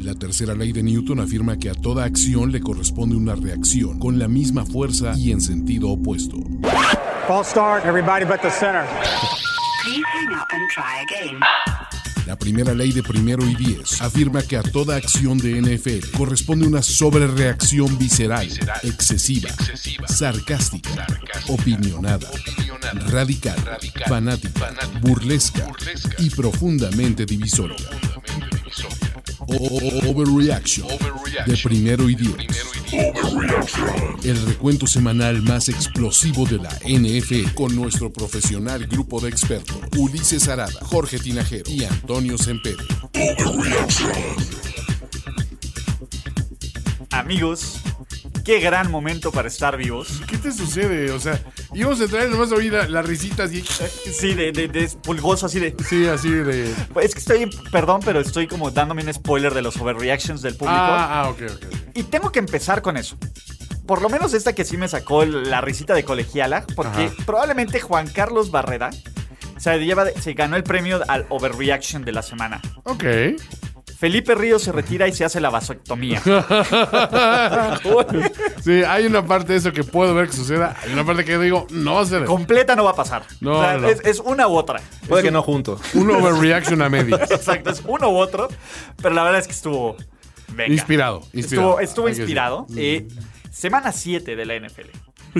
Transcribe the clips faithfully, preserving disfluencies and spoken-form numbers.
La tercera ley de Newton afirma que a toda acción le corresponde una reacción con la misma fuerza y en sentido opuesto. False start, everybody but the center. Please hang up and try again. La primera ley de primero y diez afirma que a toda acción de N F L corresponde una sobrereacción visceral, visceral excesiva, excesiva, sarcástica, sarcástica opinionada, opinionada, radical, radical fanática, fanática, burlesca, burlesca y profundamente divisoria. Profundamente divisoria. Overreaction, Overreaction de primero y diez. El recuento semanal más explosivo de la N F L con nuestro profesional grupo de expertos Ulises Arada, Jorge Tinajero y Antonio Sempere. Amigos, qué gran momento para estar vivos. ¿Qué te sucede? O sea, íbamos a traer nomás a oír las risitas y... Sí, de, de, de pulgoso, así de... Sí, así de... Es que estoy, perdón, pero estoy como dándome un spoiler de los overreactions del público. Ah, ah, ok, ok. Y tengo que empezar con eso. Por lo menos esta que sí me sacó la risita de colegiala, porque Ajá. probablemente Juan Carlos Barrera se, lleva de, se ganó el premio al overreaction de la semana. Ok. Felipe Ríos se retira y se hace la vasectomía. Sí, hay una parte de eso que puedo ver que suceda. Hay una parte que digo, no se ve. Completa no va a pasar. No, o sea, no. Es, es una u otra. Puede es que un, no juntos. Un overreaction a medias. Exacto, es uno u otro. Pero la verdad es que estuvo... Venga. Inspirado, inspirado. Estuvo, estuvo inspirado. Eh, semana siete de la N F L.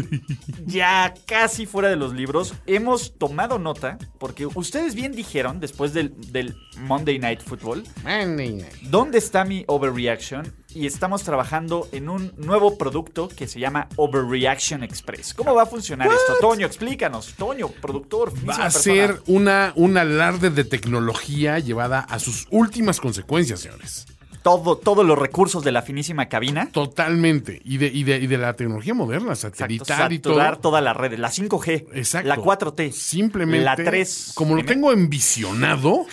Ya casi fuera de los libros. Hemos tomado nota, porque ustedes bien dijeron, después del, del Monday Night Football, ¿dónde está mi overreaction? Y estamos trabajando en un nuevo producto que se llama Overreaction Express. ¿Cómo va a funcionar What? esto? Toño, explícanos. Toño, productor. Va a ser una, un alarde de tecnología llevada a sus últimas consecuencias, señores. Todo, todos los recursos de la finísima cabina. Totalmente. Y de, y de, y de la tecnología moderna, satelital y todo. Saturar toda la red. La cinco G. Exacto. La cuatro T. Simplemente. La tres. Como lo tengo envisionado,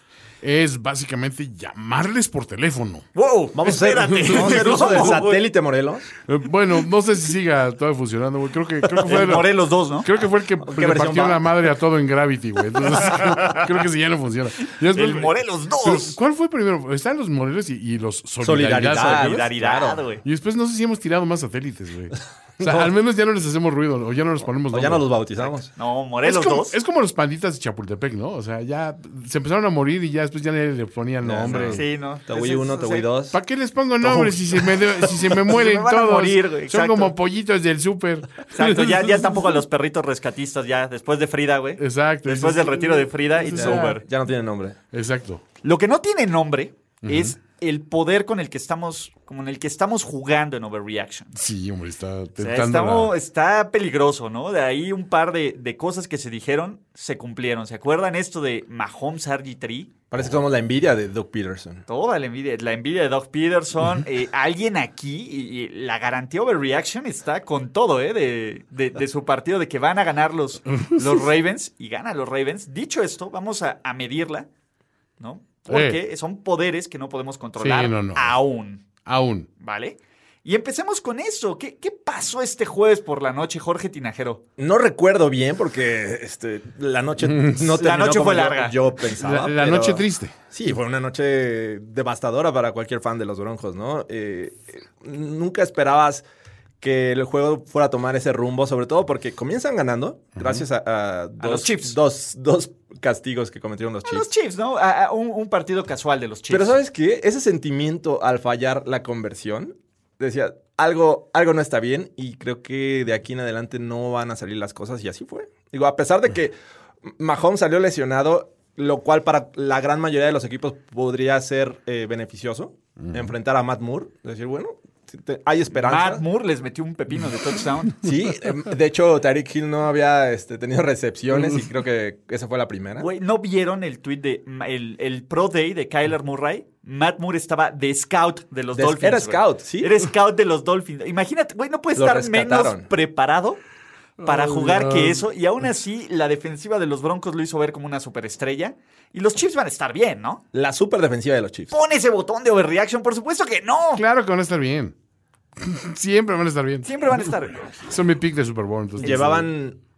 es básicamente llamarles por teléfono. ¡Wow! Vamos a hacer, vamos a hacer uso del satélite Morelos. Eh, bueno, no sé si siga todavía funcionando, güey. Creo que, creo que fue el el, Morelos dos, ¿no? Creo que fue el que le partió va? la madre a todo en Gravity, güey. Entonces, creo, creo que sí ya no funciona. Después, el Morelos dos. ¿Cuál fue primero? Están los Morelos y, y los Solidaridad. Solidaridad, Solidaridad güey. Y después no sé si hemos tirado más satélites, güey. O sea, no. al menos ya no les hacemos ruido, o ya no los ponemos O ya no los bautizamos. No, Morelos es como, dos. Es como los panditas de Chapultepec, ¿no? O sea, ya se empezaron a morir y ya después ya le ponían nombre. No, sí, no. Tawí uno, Tawí dos. ¿Para qué les pongo nombres si se me, de, si se me mueren se me todos? Morir, güey, son como pollitos del súper. Exacto, ya, ya tampoco a los perritos rescatistas, ya después de Frida, güey. Exacto. Después del retiro de Frida, it's ya, over. Ya no tiene nombre. Exacto. Lo que no tiene nombre uh-huh. es el poder con el que estamos, con el que estamos jugando en Overreaction. Sí, hombre, está o sea, estamos, la... está peligroso, ¿no? De ahí un par de, de cosas que se dijeron se cumplieron. ¿Se acuerdan esto de Mahomes R G tres? Parece que somos la envidia de Doug Peterson. Toda la envidia, la envidia de Doug Peterson. eh, alguien aquí, y, y la garantía Overreaction está con todo, ¿eh? De, de, de su partido, de que van a ganar los, los Ravens, y ganan los Ravens. Dicho esto, vamos a, a medirla, ¿no? Porque eh. son poderes que no podemos controlar sí, no, no. aún. Aún. ¿Vale? Y empecemos con eso. ¿Qué, ¿Qué pasó este jueves por la noche, Jorge Tinajero? No recuerdo bien porque este, la noche no La noche fue larga. Yo, yo pensaba. La, la pero, noche triste. Sí, fue una noche devastadora para cualquier fan de los Broncos, ¿no? Eh, nunca esperabas que el juego fuera a tomar ese rumbo, sobre todo porque comienzan ganando uh-huh. gracias a, a, dos, a los Chiefs. Dos, dos castigos que cometieron los a Chiefs. Los Chiefs, ¿no? A, a un, un partido casual de los Chiefs. Pero ¿sabes qué? Ese sentimiento al fallar la conversión, decía, algo, algo no está bien y creo que de aquí en adelante no van a salir las cosas y así fue. Digo, a pesar de que Mahomes salió lesionado, lo cual para la gran mayoría de los equipos podría ser eh, beneficioso, uh-huh. enfrentar a Matt Moore, decir, bueno... Hay esperanza. Matt Moore les metió un pepino de touchdown. Sí, de hecho, Tyreek Hill no había este, tenido recepciones y creo que esa fue la primera. Güey, ¿no vieron el tweet de el, el Pro Day de Kyler Murray? Matt Moore estaba de scout de los de, Dolphins. Era scout, güey. sí. Era scout de los Dolphins. Imagínate, güey, no puede estar menos preparado para oh, jugar no. que eso. Y aún así, la defensiva de los Broncos lo hizo ver como una superestrella. Y los Chiefs van a estar bien, ¿no? La super defensiva de los Chiefs. Pon ese botón de overreaction, por supuesto que no. Claro que van a estar bien. Siempre van a estar bien. Siempre van a estar bien. Son mi pick de Super Bowl. Entonces. Llevaban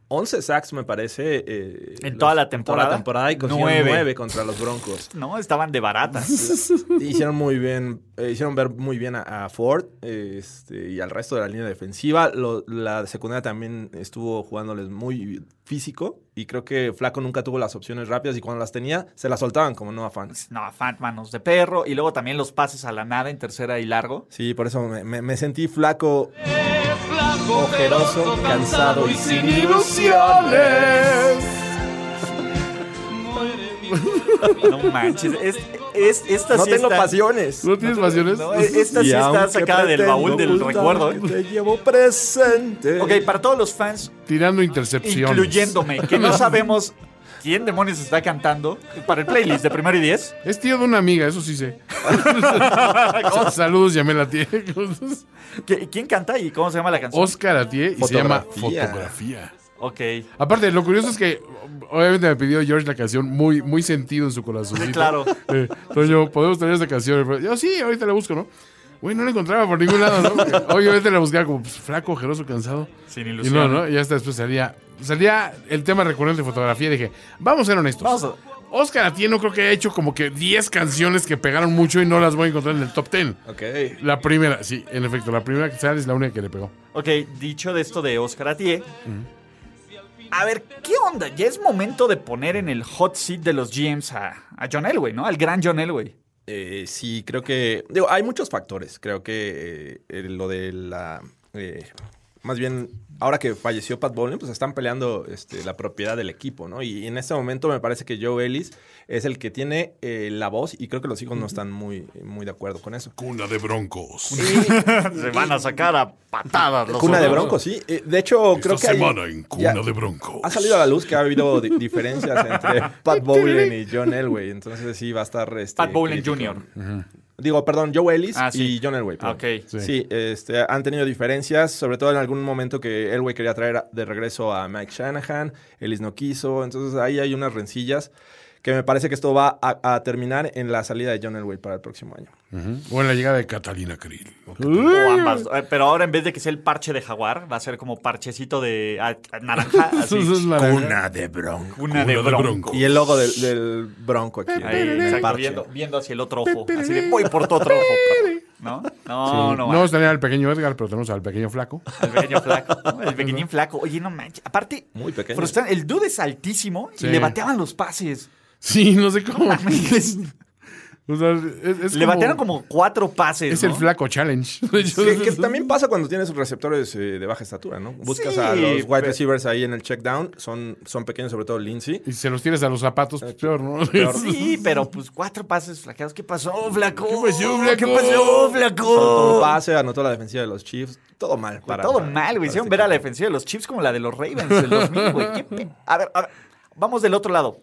once sacks, me parece. Eh, ¿En los- toda la en temporada? Toda la temporada y consiguieron Nueve. nueve contra los Broncos. No, estaban de baratas. Hicieron muy bien, eh, hicieron ver muy bien a, a Ford eh, este, y al resto de la línea defensiva. Lo- la secundaria también estuvo jugándoles muy físico y creo que Flaco nunca tuvo las opciones rápidas y cuando las tenía se las soltaban como Noah Fant. No, Fant, manos de perro. Y luego también los pases a la nada en tercera y largo. Sí, por eso me, me- me sentí flaco, ojeroso, cansado y sin ilusiones. No manches. Es, es, esta No sí tengo está- pasiones. ¿No tienes pasiones? No, esta sí Y está aunque sacada del pretendo baúl del ocultar recuerdo. que Te llevo presente. Ok, para todos los fans, Tirando intercepciones. incluyéndome, que no sabemos quién demonios está cantando, para el playlist de primero y diez. Es tío de una amiga, eso sí sé. Saludos, llamé la tía. ¿Qui- ¿Quién canta y cómo se llama la canción? Oscar Atié y se llama Fotografía. Fotografía. Ok. Aparte, lo curioso es que obviamente me pidió George la canción muy, muy sentido en su corazón. Sí, claro. Eh, entonces yo, podemos tener esta canción. Yo, sí, ahorita la busco, ¿no? Güey, no la encontraba por ningún lado, ¿no? Porque obviamente la buscaba como pues, flaco, ojeroso, cansado. Sin Y ilusión. no, ¿no? Y hasta después salía, salía el tema recurrente de fotografía. Dije, vamos a ser honestos. Vamos a- Oscar Atié no creo que haya hecho como que diez canciones que pegaron mucho y no las voy a encontrar en el top diez. Ok. La primera, sí, en efecto, la primera que sale es la única que le pegó. Ok, dicho de esto de Oscar Atié. A ver, ¿qué onda? Ya es momento de poner en el hot seat de los G Ms a, a John Elway, ¿no? Al gran John Elway. Eh, sí, creo que... Digo, hay muchos factores. Creo que eh, eh, lo de la... eh, más bien, ahora que falleció Pat Bowlen, pues están peleando este, la propiedad del equipo, ¿no? Y en este momento me parece que Joe Ellis es el que tiene eh, la voz y creo que los hijos no están muy, muy de acuerdo con eso. Cuna de broncos. Se van a sacar a patadas los Cuna de otros. Broncos, sí. Eh, de hecho, Esta creo que hay- semana en Cuna ya- de Broncos. ha salido a la luz que ha habido di- diferencias entre Pat Bowlen y John Elway. Entonces sí va a estar... Este, Pat Bowlen crítico. junior Digo, perdón, Joe Ellis Ah, sí. y John Elway. Ah, perdón. ok. Sí. Sí, este, han tenido diferencias, sobre todo en algún momento que Elway quería traer a- de regreso a Mike Shanahan, Ellis no quiso, entonces ahí hay unas rencillas que me parece que esto va a, a terminar en la salida de John Elway para el próximo año. Ujú. O en la llegada de Catalina Krill. O ambas. Eh, Pero ahora en vez de que sea el parche de jaguar, va a ser como parchecito de ah, naranja. Así. Eso es naranja. de bronco. Cuna de Cuna de bronco. bronco. Y el logo del, del bronco aquí. Ahí, en el exacto, parche. viendo, viendo hacia el otro ojo. Así de, voy por tu otro ojo. perro". ¿No? No, Sí. no. No estaría al pequeño Edgar, pero tenemos al pequeño flaco. El pequeño flaco. ¿no? El pequeñín flaco. Oye, no manches. Aparte, Muy pequeño. frustrante. El dude es altísimo Sí. y le bateaban los pases. Sí, no sé cómo. Mames. O sea, es, es Le batearon como cuatro pases. Es ¿no? el flaco challenge. De hecho, Que, que también pasa cuando tienes receptores eh, de baja estatura, ¿no? Buscas Sí, a los wide pero- receivers ahí en el check down, son, son pequeños, sobre todo Lindsey. Y si se los tienes a los zapatos, pues peor, ¿no? Sí, pero pues cuatro pases flaqueados. ¿Qué pasó, flaco? ¿Qué pasó, flaco? ¿Qué pasó, Soltó un flaco? pase, anotó la defensiva de los Chiefs. Todo mal. Para, Todo para- mal, güey. para Hicieron este ver a la equipo. defensiva de los Chiefs como la de los Ravens del dos mil, güey. ¿Qué pe- A ver, a ver, vamos del otro lado.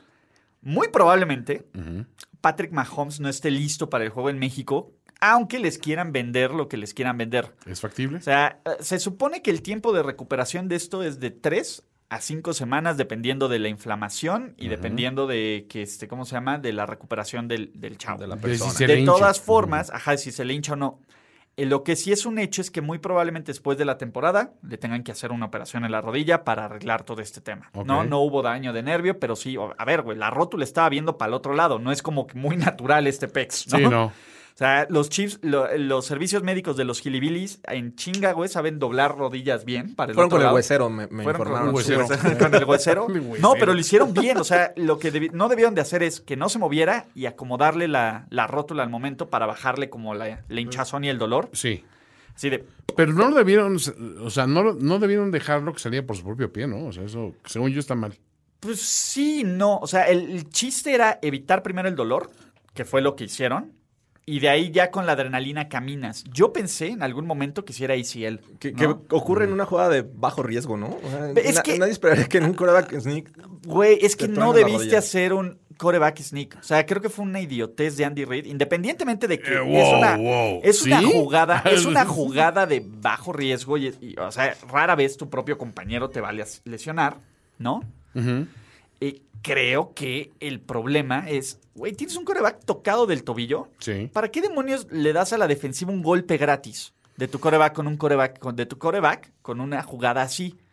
Muy probablemente Patrick Mahomes no esté listo para el juego en México, aunque les quieran vender lo que les quieran vender. ¿Es factible? O sea, eh, se supone que el tiempo de recuperación de esto es de tres a cinco semanas, dependiendo de la inflamación y dependiendo de que, este, ¿cómo se llama? De la recuperación del, del chavo. De la De persona. si se le De hincha. todas formas, ajá, si se le hincha o no. Eh, lo que sí es un hecho es que muy probablemente después de la temporada le tengan que hacer una operación en la rodilla para arreglar todo este tema. Ok. No, no hubo daño de nervio, pero sí, o- a ver, güey, la rótula estaba viendo para el otro lado. No es como que muy natural este pex, ¿no? Sí, no. O sea, los Chiefs, lo- los servicios médicos de los Hillbillies en chinga, güey, saben doblar rodillas bien para el Fueron otro con el lado. huesero, me, me Fueron informaron. con, el huesero. con el huesero. El huesero. No, pero lo hicieron bien. O sea, lo que debi- no debieron de hacer es que no se moviera y acomodarle la, la rótula al momento para bajarle como la, la hinchazón y el dolor. Sí. Así de, Pero no lo debieron, o sea, no, lo- no debieron dejarlo que salía por su propio pie, ¿no? O sea, eso, según yo, está mal. pues sí, no. O sea, el, el chiste era evitar primero el dolor, que fue lo que hicieron. Y de ahí ya con la adrenalina caminas. Yo pensé en algún momento que hiciera A C L. Que, ¿no? que ocurre en una jugada de bajo riesgo, ¿no? O sea, Es na- que- nadie esperaría que en un quarterback sneak... Güey, es que Te no truenan la debiste rodilla. hacer un coreback sneak. O sea, creo que fue una idiotez de Andy Reid, independientemente de que Eh, es wow, una, wow. es una ¿Sí? jugada, es una jugada de bajo riesgo y, y, o sea, rara vez tu propio compañero te va a les- lesionar, ¿no? Ujú. Y creo que el problema es, güey, tienes un coreback tocado del tobillo. Sí. ¿Para qué demonios le das a la defensiva un golpe gratis de tu coreback con un coreback con, de tu coreback con una jugada así?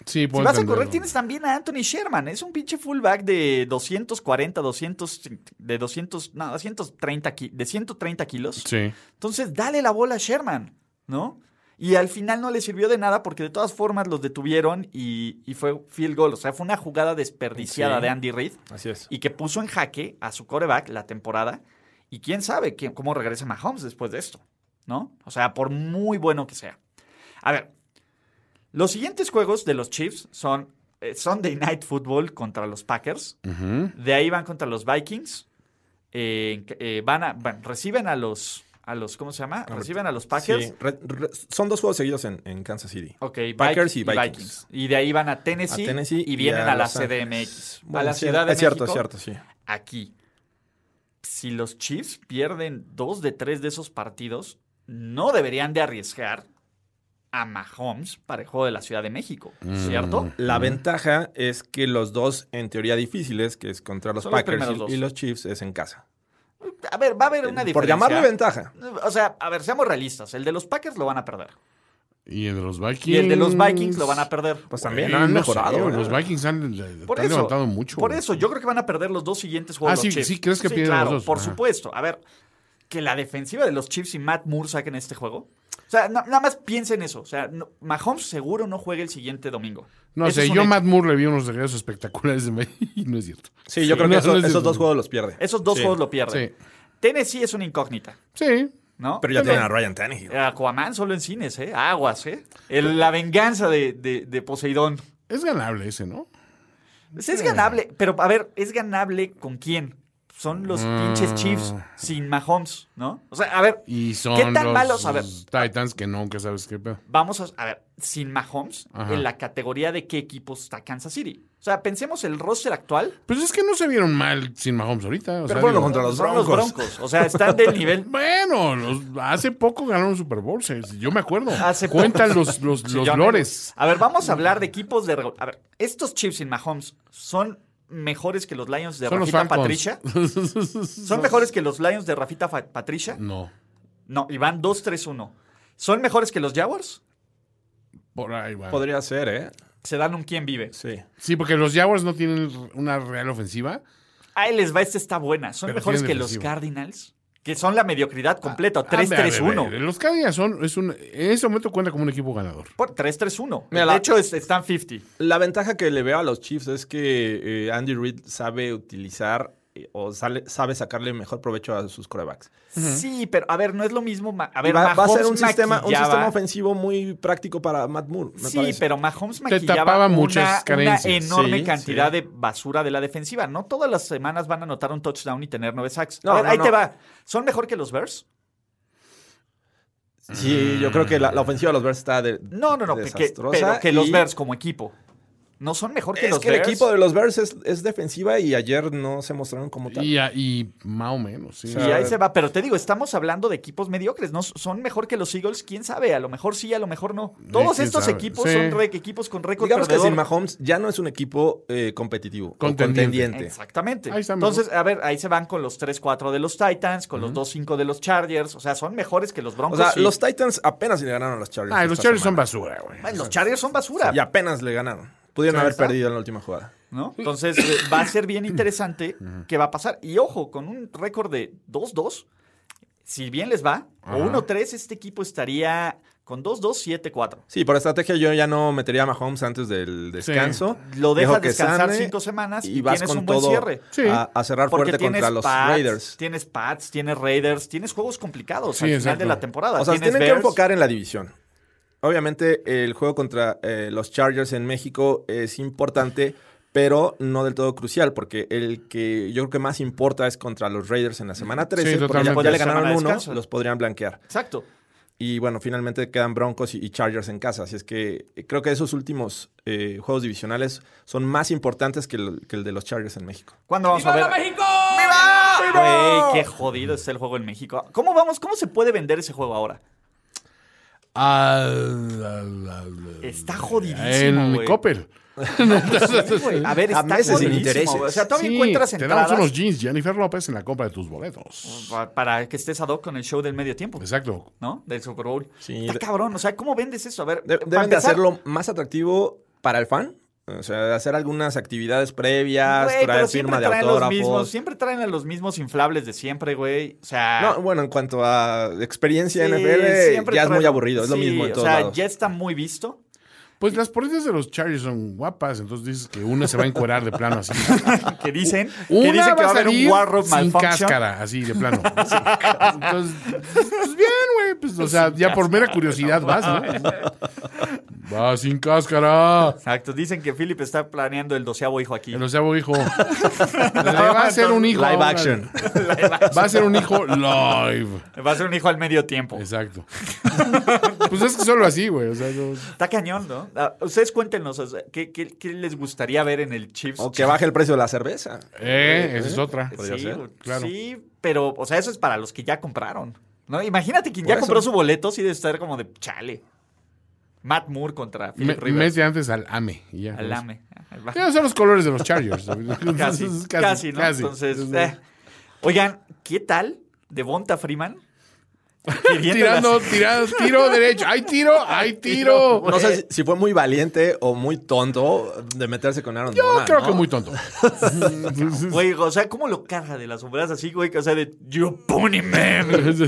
Sí, Si puedo vas a entenderlo. correr, tienes también a Anthony Sherman. Es un pinche fullback de doscientos cuarenta, doscientos, de doscientos, no, doscientos treinta, ki- de ciento treinta kilos. Sí. Entonces, dale la bola a Sherman, ¿no? Y al final no le sirvió de nada porque de todas formas los detuvieron y, y fue field goal. O sea, fue una jugada desperdiciada Sí. de Andy Reid Así es. y que puso en jaque a su quarterback la temporada. Y quién sabe qué- cómo regresa Mahomes después de esto, ¿no? O sea, por muy bueno que sea. A ver, los siguientes juegos de los Chiefs son eh, Sunday Night Football contra los Packers. Ujú. De ahí van contra los Vikings. Eh, eh, van a, van- reciben a los, a los, ¿cómo se llama? Reciben a los Packers. Sí, re- re- son dos juegos seguidos en, en Kansas City. Ok, Packers Vik- y Vikings. Y de ahí van a Tennessee, A Tennessee y vienen y a a, la Los C D M Ángeles. X. a Bueno, la sí, Ciudad de es cierto, México. es cierto, sí. Aquí. Si los Chiefs pierden dos de tres de esos partidos, no deberían de arriesgar a Mahomes para el juego de la Ciudad de México, ¿cierto? La ventaja es que los dos, en teoría difíciles, que es contra los Son los Packers primeros y, dos. y los Chiefs, es en casa. A ver, va a haber una diferencia. Por llamarle ventaja. O sea, a ver, seamos realistas. El de los Packers lo van a perder. Y el de los Vikings. Y el de los Vikings lo van a perder. Pues también Güey, han no mejorado. sé, ¿eh? los Vikings han, Por han eso, levantado mucho. Por güey. eso, yo creo que van a perder los dos siguientes juegos. Ah, los sí, Chiefs. sí, ¿crees que Sí, pierden claro, los dos? por Ajá. supuesto. A ver, que la defensiva de los Chiefs y Matt Moore saquen este juego. O sea, na- nada más piensen eso. O sea, no- Mahomes seguro no juegue el siguiente domingo. No Ese sé, es un yo a hecho. Matt Moore le vi unos regresos espectaculares de México y no es cierto. Sí, yo creo que No, eso- no es esos cierto. dos juegos los pierde. Esos dos Sí. juegos lo pierden. Sí. Tennessee es una incógnita, Sí. ¿no? Pero ya tienen a Ryan Tannehill. Aquaman solo en cines, ¿eh? Aguas, ¿eh? El- la venganza de, de- de Poseidón. Es ganable ese, ¿no? Pues es ganable, pero a ver, ¿es ganable con quién? Son los pinches Chiefs sin Mahomes, ¿no? O sea, a ver, Y son ¿qué tan los malos? A ver, Titans que nunca sabes qué pedo. vamos a, a ver, sin Mahomes, Ajá. en la categoría de qué equipos está Kansas City. O sea, pensemos el roster actual. Pues es que no se vieron mal sin Mahomes ahorita. O Pero sea, bueno, digo, contra los son los Broncos. Broncos. O sea, están del nivel. Bueno, los- hace poco ganaron un Super Bowl, se- yo me acuerdo. Hace Cuentan poco. los, los, Sí, los yo- lores. A ver, vamos a hablar de equipos de. regu- A ver, estos Chiefs sin Mahomes son mejores que los Lions de Son los Rafita Falcons. Patricia. ¿Son mejores que los Lions de Rafita Fa- Patricia? No, No, y van dos tres uno. ¿Son mejores que los Jaguars? por ahí va. Podría ser, ¿eh? Se dan un quién vive. Sí. Sí, porque los Jaguars no tienen una real ofensiva. Ahí les va, esta está buena. Son Pero mejores que tienen los defensivo. Cardinals, que son la mediocridad completa. A tres ver, a tres ver, a uno. ver, Los Cardinals son, es un, en este momento cuenta como un equipo ganador. Por tres tres uno. Mira, De la- hecho, es- están cincuenta. La ventaja que le veo a los Chiefs es que eh, Andy Reid sabe utilizar eh, o sale- sabe sacarle mejor provecho a sus corebacks. Sí, pero a ver, no es lo mismo. ma- A Y ver, va, va a ser Mahomes un sistema, un maquillaba- sistema ofensivo muy práctico para Matt Moore, me Sí, parece. pero Mahomes Te maquillaba tapaba una, muchas una carencias. enorme Sí, cantidad sí. de basura de la defensiva. No todas las semanas van a anotar un touchdown y tener nueve sacks. No, a ver, no, ahí no. te va. ¿Son mejor que los Bears? Sí, yo creo que la, la ofensiva de los Bears está de, No, no, no. que- desastrosa. pero que los y Bears como equipo. No son mejor que Es los que Bears. el equipo de los Bears es, es defensiva y ayer no se mostraron como tal. Y, a- y más o menos, sí. Y ahí se va, pero te digo, estamos hablando de equipos mediocres, ¿no? Son mejor que los Eagles, quién sabe, a lo mejor sí, a lo mejor no. Todos quién estos sabe. equipos Sí. son re- equipos con récord Digamos que perdedor. sin Mahomes ya no es un equipo eh, competitivo o Contendiente. contendiente. Exactamente. Ahí está mejor. Entonces, a ver, ahí se van con los tres cuatro de los Titans, con los dos cinco de los Chargers, o sea, son mejores que los O Broncos. sea, sí. los Titans apenas le ganaron a los Chargers. Ah, los esta Chargers son semana. basura, güey. Bueno, los Chargers son basura, Y apenas le ganaron. Pudieron Ahí haber está. perdido en la última jugada. ¿no? Entonces, eh, va a ser bien interesante qué va a pasar. Y ojo, con un récord de dos dos, si bien les va, o uno tres, este equipo estaría con dos dos, siete cuatro. Sí, por estrategia yo ya no metería a Mahomes antes del descanso. Lo Dejo dejas que descansar sane cinco semanas y, y vas tienes con un buen todo cierre. Sí. a, a cerrar Porque fuerte tienes contra los Pats, Raiders. Tienes Pats, tienes Raiders, tienes juegos complicados Sí, al final exacto. de la temporada. O sea, se Tienes tienen que Bears. enfocar en la división. Obviamente, el juego contra eh, los Chargers en México es importante, pero no del todo crucial, porque el que yo creo que más importa es contra los Raiders en la semana trece, porque ya, totalmente. ya le Semana ganaron de uno, descanso. los podrían blanquear. Exacto. Y bueno, finalmente quedan Broncos y, y Chargers en casa. Así es que eh, creo que esos últimos eh, juegos divisionales son más importantes que el, que el de los Chargers en México. ¿Cuándo vamos a ver? México! Güey, qué jodido está el juego en México. ¿Cómo vamos? ¿Cómo se puede vender ese juego ahora? Ah, la, la, la- Está jodidísimo, En güey. Coppel. Sí, güey. A ver, A está meses sin jodidísimo, intereses. güey. O sea, todavía Sí, encuentras te damos entradas unos jeans, Jennifer López, en la compra de tus boletos. pa- para que estés ad hoc con el show del medio tiempo, Exacto. ¿no? Del Super Bowl. Sí, Está de- cabrón. O sea, ¿cómo vendes eso? A ver, De- para deben de empezar, hacerlo más atractivo para el fan. O sea, hacer algunas actividades previas, Güey, traer pero firma siempre de traen los autógrafos. mismos, siempre traen a los mismos inflables de siempre, güey. O sea, No, bueno, en cuanto a experiencia sí, N F L, siempre ya es traen- muy aburrido. Es lo sí, mismo en o todos sea, lados. ya está muy visto. Pues las porritas de los Chargers son guapas, entonces dices que una se va a encuerar de plano así. Que dicen, que, Una dicen que va va a haber un salir Warrock sin malfunction. cáscara, así de plano. Entonces, pues bien, güey. Pues, o sea, ya por mera curiosidad vas, ¿no? Va sin cáscara. Exacto, dicen que Philip está planeando el doceavo hijo aquí. El doceavo hijo. Le va a ser un hijo. Live action. Va a ser un hijo live. Va a ser un hijo al medio tiempo. Exacto. Pues es que solo así, güey. O sea, no- Está cañón, ¿no? Ah, ustedes cuéntenos, o sea, ¿qué, qué, qué les gustaría ver en el Chiefs? O que baje el precio de la cerveza. Eh, esa es otra. podría Sí, ser, güey, claro. sí, pero, o sea, eso es para los que ya compraron, ¿no? Imagínate quien ya Por eso. compró su boleto, sí debe estar como de chale. Matt Moore contra Me, Philip Rivers. mete antes al AME. Y ya, Al AME. Ya son los colores de los Chargers. Casi, casi, ¿no? Entonces, eh. Oigan, ¿qué tal Devonta Freeman? Queriendo Tirando, las- tirando, tiro derecho. ¡Hay tiro! ¡Hay tiro! No sé si, si fue muy valiente o muy tonto de meterse con Aaron Yo Donald, creo ¿no? que muy tonto. Güey, o sea, ¿cómo lo carga de las sombreras así, güey? O sea, de You pony man.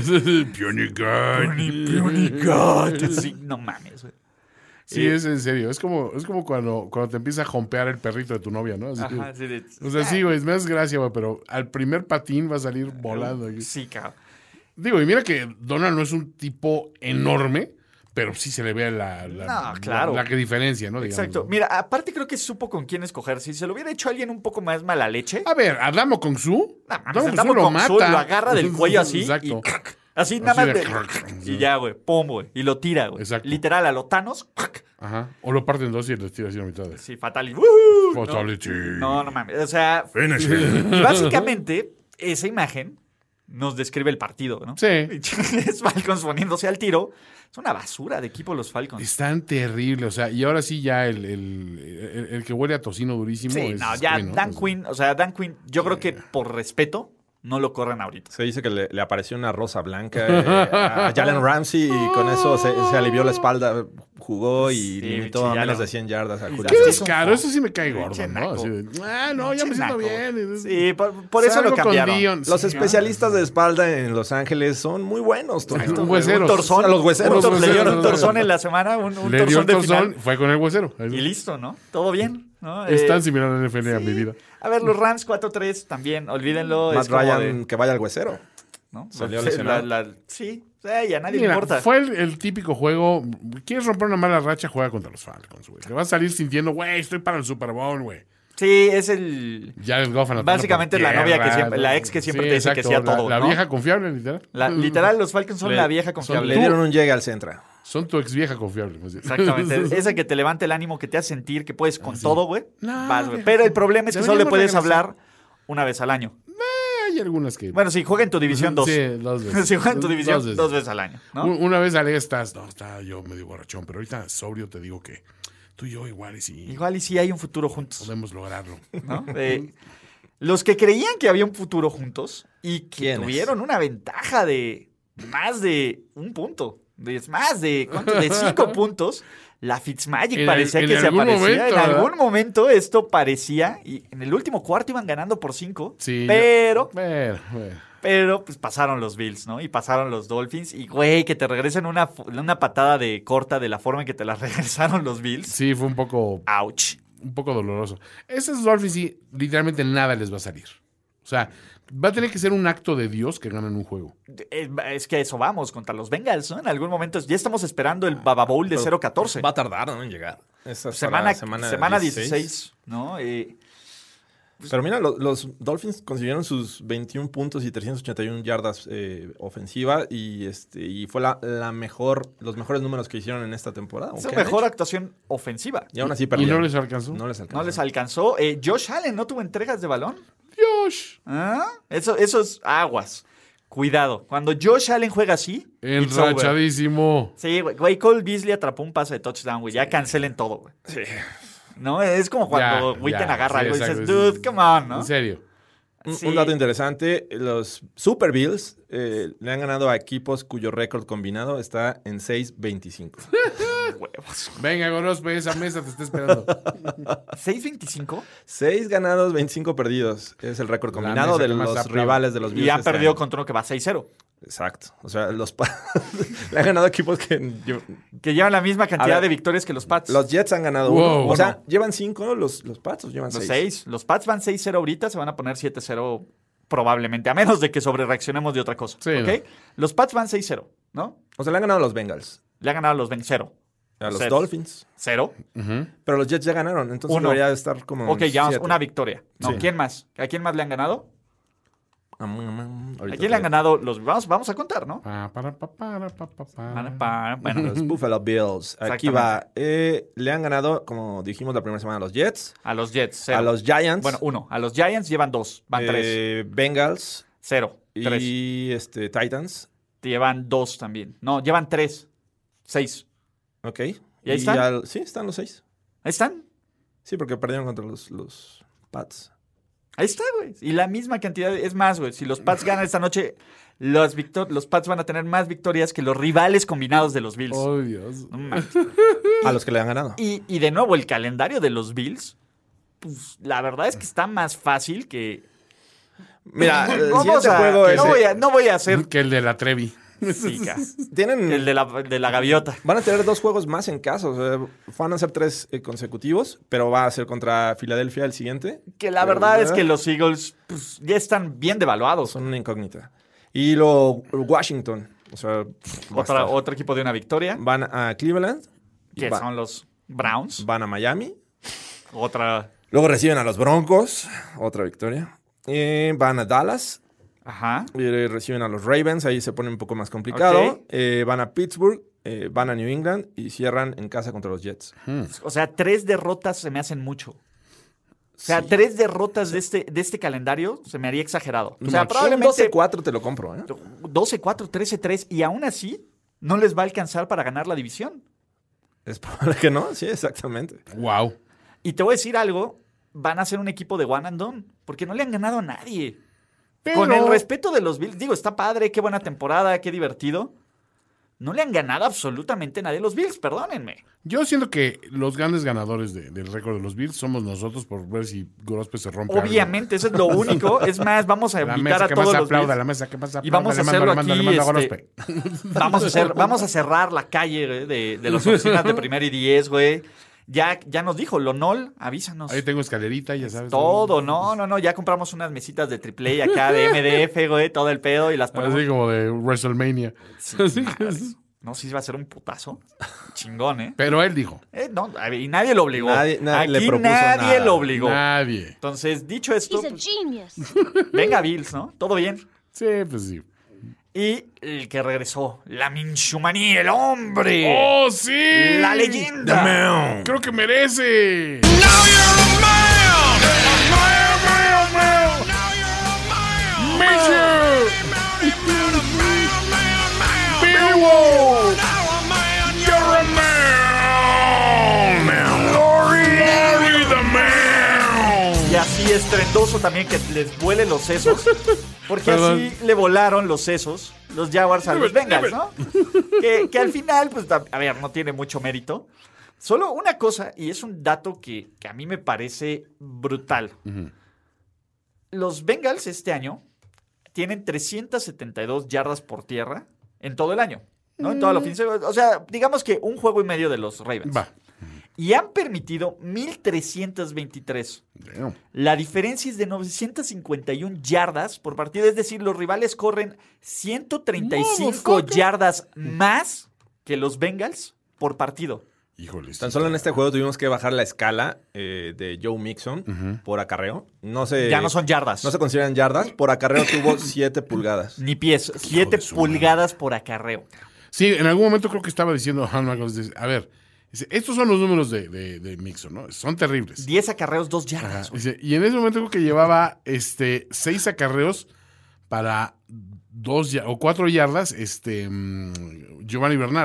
Puny God. Puny God. Sí, no mames, güey. Sí, Eh, es en serio. Es como, es como cuando, cuando te empieza a jompear el perrito de tu novia, ¿no? Así, Ajá, sí, de- o sea, sí, güey, me das gracia, güey, pero al primer patín va a salir volando. aquí. Sí, cabrón. Digo, y mira que Donald no es un tipo enorme, pero sí se le ve la, la, No, claro. la, la que diferencia, ¿no? Digamos, Exacto. ¿no? Mira, aparte creo que supo con quién escoger. Si se lo hubiera hecho alguien un poco más mala leche, A ver, Adamo Kong Su. no, mames, Adamo el Kong Su Damo lo Kong Su mata. lo agarra del cuello así Exacto. y así nada Así más de- de, y ya, güey, pum, güey, y lo tira, güey. Exacto. Literal a los Thanos. Ajá. O lo parten dos y les tira así a la mitad. De... Sí, fatal. y- ¡Woo! Fatality. No, no mames. O sea, Finish it. y básicamente esa imagen nos describe el partido, ¿no? Sí. Es Falcons poniéndose al tiro. Es una basura de equipo los Falcons. Están terribles, o sea, y ahora sí ya el, el, el- el que huele a tocino durísimo Sí, es no, ya Quinn, ¿no? Dan O sea, Quinn, o sea, Dan Quinn, yo creo que por respeto no lo corren ahorita. Se dice que le, le apareció una rosa blanca eh, a Jalen Ramsey y con eso se, se alivió la espalda, jugó y Sí, limitó pinche a menos Jalen. de cien yardas a Qué Qué Julio. descaro, eso sí me cae gordo, Pinche ¿no? naco. Así de, ah, no, ya me Pinche siento naco. bien. Sí, por, por eso Salgo lo con cambiaron. Dion. Los Sí, especialistas de espalda en Los Ángeles son muy buenos. Toño. Un huesero. Un torzón. A los hueseros. Un tor- Los le dieron un hueseros. torzón en la semana, un, un Le dio torzón el de torzón, final. fue con el huesero. Y listo, ¿no? Todo bien, ¿no? Es Eh, tan similar a la N F L a mi vida. A ver, los Rams cuatro tres también, olvídenlo. Matt es como Ryan, de- que vaya al huesero. ¿no? salió Sí, lesionado. la- la- sí, sí, y a nadie le Mira, importa. fue el, el típico juego. ¿Quieres romper una mala racha? Juega contra los Falcons, güey. Te vas a salir sintiendo, güey, estoy para el Super Bowl, güey. Sí, es el... Jared Goff anotando Básicamente por la novia que tierra, siempre- ¿no? la ex que siempre te dice que exacto, sí a todo, La, la ¿no? vieja confiable, literal. la- literal, los Falcons son Le- la vieja son confiable. Le dieron un llegue al Centra. Son tu ex vieja confiable. más bien. Exactamente. Esa que te levanta el ánimo, que te hace sentir que puedes con todo, güey. No, Vas, güey. vieja, Pero el problema es que solo le deberíamos puedes regresar. hablar una vez al año. Hay algunas que. Bueno, si juega en tu división dos. Sí, dos veces. Si juega en tu división Dos dos veces. veces, al año, ¿no? Un- Una vez Ale estás, no, está yo medio borrachón, pero ahorita sobrio te digo que tú y yo igual y sí Igual y sí hay un futuro juntos, podemos lograrlo. ¿no? Eh, los que creían que había un futuro juntos y que ¿Quiénes? tuvieron una ventaja de más de un punto, de más de, ¿cuánto? De cinco puntos, la Fitzmagic En parecía el- en que se algún aparecía. momento, en ¿verdad? algún momento esto parecía, y en el último cuarto iban ganando por cinco, Sí, pero... Bueno, bueno. Pero pues pasaron los Bills, ¿no? Y pasaron los Dolphins. Y, güey, que te regresen una, una patada de corta de la forma en que te la regresaron los Bills. Sí, fue un poco, Ouch. un poco doloroso. Esos Dolphins sí, literalmente nada les va a salir. O sea, va a tener que ser un acto de Dios que ganen un juego. Eh, Es que a eso vamos contra los Bengals, ¿no? En algún momento ya estamos esperando el Baba Bowl de cero catorce. Va a tardar, ¿no? En llegar. Esa es Semana, para semana, dieciséis, ¿no? Eh, Pero mira, lo- los Dolphins consiguieron sus veintiún puntos y trescientas ochenta y una yardas eh, ofensiva y este y fue la, la mejor, los mejores números que hicieron en esta temporada. ¿o es su qué han mejor hecho? actuación ofensiva. Y aún así ¿Y perdieron. no les alcanzó? No les alcanzó. No les alcanzó. Eh, Josh Allen no tuvo entregas de balón. Dios. ¿Ah? Eso, eso es aguas. Cuidado. Cuando Josh Allen juega así, it's over. Enrachadísimo. Sí, güey. Güey, Cole Beasley atrapó un pase de touchdown, güey. Ya cancelen todo, güey. Sí. ¿No? Es como cuando Ya, Witten ya, agarra sí, algo y dices, exacto. dude, come on, ¿no? En serio. Un, Sí. un dato interesante, los Super Bills eh, le han ganado a equipos cuyo récord combinado está en seis veinticinco. Huevos. Venga, Gorospe, esa mesa te está esperando. ¿seis veinticinco? seis ganados, veinticinco perdidos. Es el récord La combinado mesa de que más los aplaude. rivales de los Bills. Y han este perdido año. contra uno que va seis cero. Exacto. O sea, los pa- le han ganado equipos que... yo- Que llevan la misma A cantidad ver, de victorias que los Pats. Los Jets han ganado Wow. uno. O sea, llevan cinco los, los Pats, o llevan Los seis. seis. Los Pats van seis cero ahorita, se van a poner siete cero probablemente, a menos de que sobrereaccionemos de otra cosa. Sí, ¿Ok? no. Los Pats van seis cero, ¿no? O sea, le han ganado a los Bengals, Le han ganado a los Ben cero. a los Sets. Dolphins. Cero. Pero los Jets ya ganaron, entonces Uno. debería estar como... Ok, ya vamos, siete. una victoria. No, Sí. ¿quién más? ¿A quién más le han ganado? Am, am, am, ¿A ahorita quién le han te- ganado los... Vamos, vamos a contar, ¿no? Pa, para, pa, para, pa, pa, pa. Para, para, Bueno, Los Buffalo Bills. Aquí Exactamente. va. Eh, le han ganado, como dijimos la primera semana, a los Jets, a los Jets, cero. a los Giants, Bueno, uno. A los Giants llevan dos, van tres. eh, Bengals Cero, tres. y este, Titans. Llevan dos también. No, llevan tres. Seis. Ok. ¿Y ahí están? al- sí, están los seis. Ahí están. Sí, porque perdieron contra los, los Pats. Ahí está, güey. Y la misma cantidad. de- Es más, güey. Si los Pats ganan esta noche, los, victor- los Pats van a tener más victorias que los rivales combinados de los Bills. Oh, Dios. No manches. A los que le han ganado. y, y de nuevo, el calendario de los Bills, pues la verdad es que está más fácil que. Mira, el Vamos siguiente a- juego es... no, voy a, no voy a hacer. Que el de la Trevi. Sí, ca- Tienen... el de la, de la gaviota. Van a tener dos juegos más en casa. O sea, van a ser tres eh, consecutivos, pero va a ser contra Filadelfia el siguiente. Que la Pero, verdad es ¿verdad? que los Eagles pues, ya están bien devaluados. Son una incógnita. Y lo Washington. O sea, va a Otra, estar. otro equipo de una victoria, Van a Cleveland. y que va- son los Browns. Van a Miami. Otra. Luego reciben a los Broncos. Otra victoria. Eh, van a Dallas. Ajá. Y reciben a los Ravens. Ahí se pone un poco más complicado. Ok. Eh, van a Pittsburgh. eh, van a New England. Y cierran en casa contra los Jets. O sea, tres derrotas se me hacen mucho. O sea, Sí. tres derrotas de este, de este calendario se me haría exagerado. O sea, Un probablemente doce cuatro te lo compro, ¿eh? doce cuatro, trece tres y aún así no les va a alcanzar para ganar la división. Es probable que no. Sí, exactamente. Wow. Y te voy a decir algo, van a ser un equipo de one and done, porque no le han ganado a nadie. Pero- Con el respeto de los Bills, digo, está padre, qué buena temporada, qué divertido. No le han ganado absolutamente a nadie los Bills, perdónenme. Yo siento que los grandes ganadores de- del récord de los Bills somos nosotros por ver si Gorospe se rompe. algo. Obviamente, eso es lo único. Es más, vamos a La invitar mesa a que todos más los aplauda, Bills. la mesa que más aplauda. Y vamos a le mando, hacerlo le mando, aquí, le mando a este, Gorospe. Vamos a, hacer, vamos a cerrar la calle eh, de, de las oficinas de primer y diez, güey. Ya, ya nos dijo, Lonol, avísanos. Ahí tengo escalerita, ya sabes. Todo, no, no, no. Ya compramos unas mesitas de triple A acá de M D F, güey, todo el pedo y las ponemos. Así como de WrestleMania. Así que- Madres. No, sí va a ser un putazo. Chingón, ¿eh? Pero él dijo. Eh, no, a ver, y nadie lo obligó. Nadie- nadie le Aquí propuso nadie nada. lo obligó. Nadie. Entonces, dicho esto, He's a pues, genius. venga Bills, ¿no? Todo bien. Sí, pues sí. Y el que regresó, la Minshumaní, el hombre. ¡Oh, sí! La leyenda. Creo que merece. Y así estrendoso también que les vuelen los sesos. Porque Perdón. así le volaron los sesos los Jaguars a los Bengals, ¿no? Que, que al final, pues, a a ver, no tiene mucho mérito. Solo una cosa, y es un dato que, que a mí me parece brutal. Los Bengals este año tienen trescientas setenta y dos yardas por tierra en todo el año, ¿no? En toda la ofensiva. O sea, digamos que un juego y medio de los Ravens. Va. Y han permitido mil trescientos veintitrés. Damn. La diferencia es de novecientos cincuenta y uno yardas por partido. Es decir, los rivales corren ciento treinta y cinco Motherfucker. yardas más que los Bengals por partido. Híjole. sí. Tan solo en este juego tuvimos que bajar la escala eh, de Joe Mixon por acarreo. No se, ya no son yardas. No se consideran yardas. Por acarreo tuvo siete pulgadas. Ni pies. siete de su pulgadas por acarreo. Sí, en algún momento creo que estaba diciendo, ah, no, dice, a ver, dice, estos son los números de, de, de Mixon, ¿no? Son terribles. diez acarreos, dos Ajá. yardas. güey. Dice, y en ese momento creo que llevaba este, seis acarreos para dos ya- o cuatro yardas este, mm, Giovanni Bernard.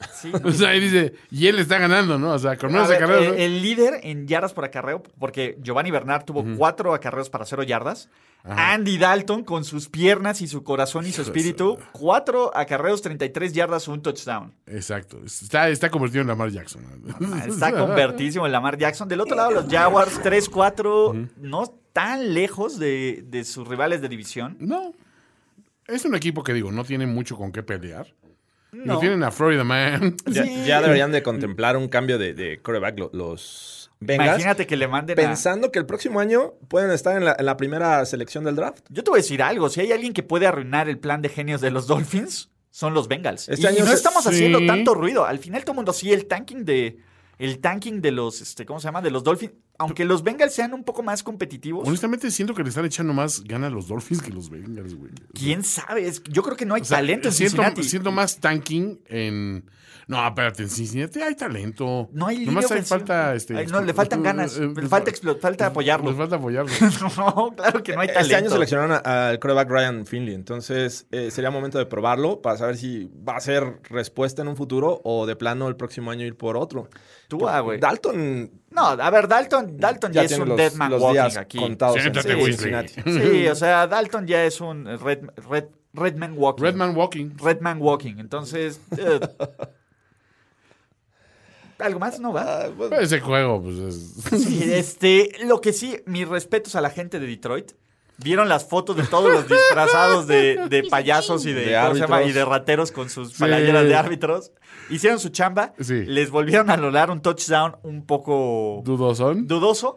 Sí. O sea, y dice, y él está ganando, ¿no? O sea, con menos A ver, acarreos. eh, ¿no? el líder en yardas por acarreo, porque Giovanni Bernard tuvo uh-huh. cuatro acarreos para cero yardas. Ajá. Andy Dalton, con sus piernas y su corazón y su espíritu, cuatro acarreos, treinta y tres yardas, un touchdown. Exacto. Está, está convertido en Lamar Jackson. Está convertidísimo en Lamar Jackson. Del otro lado, los Jaguars, tres cuatro, uh-huh. no tan lejos de, de sus rivales de división. No. Es un equipo que, digo, no tiene mucho con qué pelear. No. No tienen a Florida Man. Ya, Sí. ya deberían de contemplar un cambio de, de quarterback lo- los Bengals. Imagínate que le manden a... Pensando que el próximo año pueden estar en la, en la primera selección del draft. Yo te voy a decir algo. Si hay alguien que puede arruinar el plan de genios de los Dolphins, son los Bengals. Este y año no se- estamos sí. haciendo tanto ruido. Al final todo el mundo sí, el tanking de... El tanking de los, este, ¿cómo se llama? De los Dolphins. Aunque los Bengals sean un poco más competitivos, Honestamente, siento que le están echando más ganas a los Dolphins que los Bengals, güey. ¿quién sabe? Es- yo creo que no hay O sea, talento en siento, Cincinnati. siento más tanking en... No, espérate, en Cincinnati hay talento. No hay línea Nomás hay ofensiva. falta... Este, Ay, no, le faltan ganas. eh, Le falta, explo- falta apoyarlo. Les falta apoyarlo. No, claro que no hay talento. Este año seleccionaron a- al quarterback Ryan Finley. Entonces eh, sería momento de probarlo para saber si va a ser respuesta en un futuro o de plano el próximo año ir por otro. Tú, ah, güey. Dalton No, a ver, Dalton, Dalton ya, ya es tiene un los, dead man los walking días aquí. contados en Siéntate, en güey. Cincinnati. Sí, o sea, Dalton ya es un red, red, red man walking. Redman Walking. Red man walking. Entonces, dude. ¿Algo más? No va. Ah, pues, Ese juego, pues es... Sí, este, lo que sí, mis respetos a la gente de Detroit. Vieron las fotos de todos los disfrazados de, de payasos y de, De ¿cómo se llama? árbitros. Y de rateros con sus playeras de árbitros. Hicieron su chamba. Sí. Les volvieron a anular un touchdown un poco ¿Dudosón? dudoso.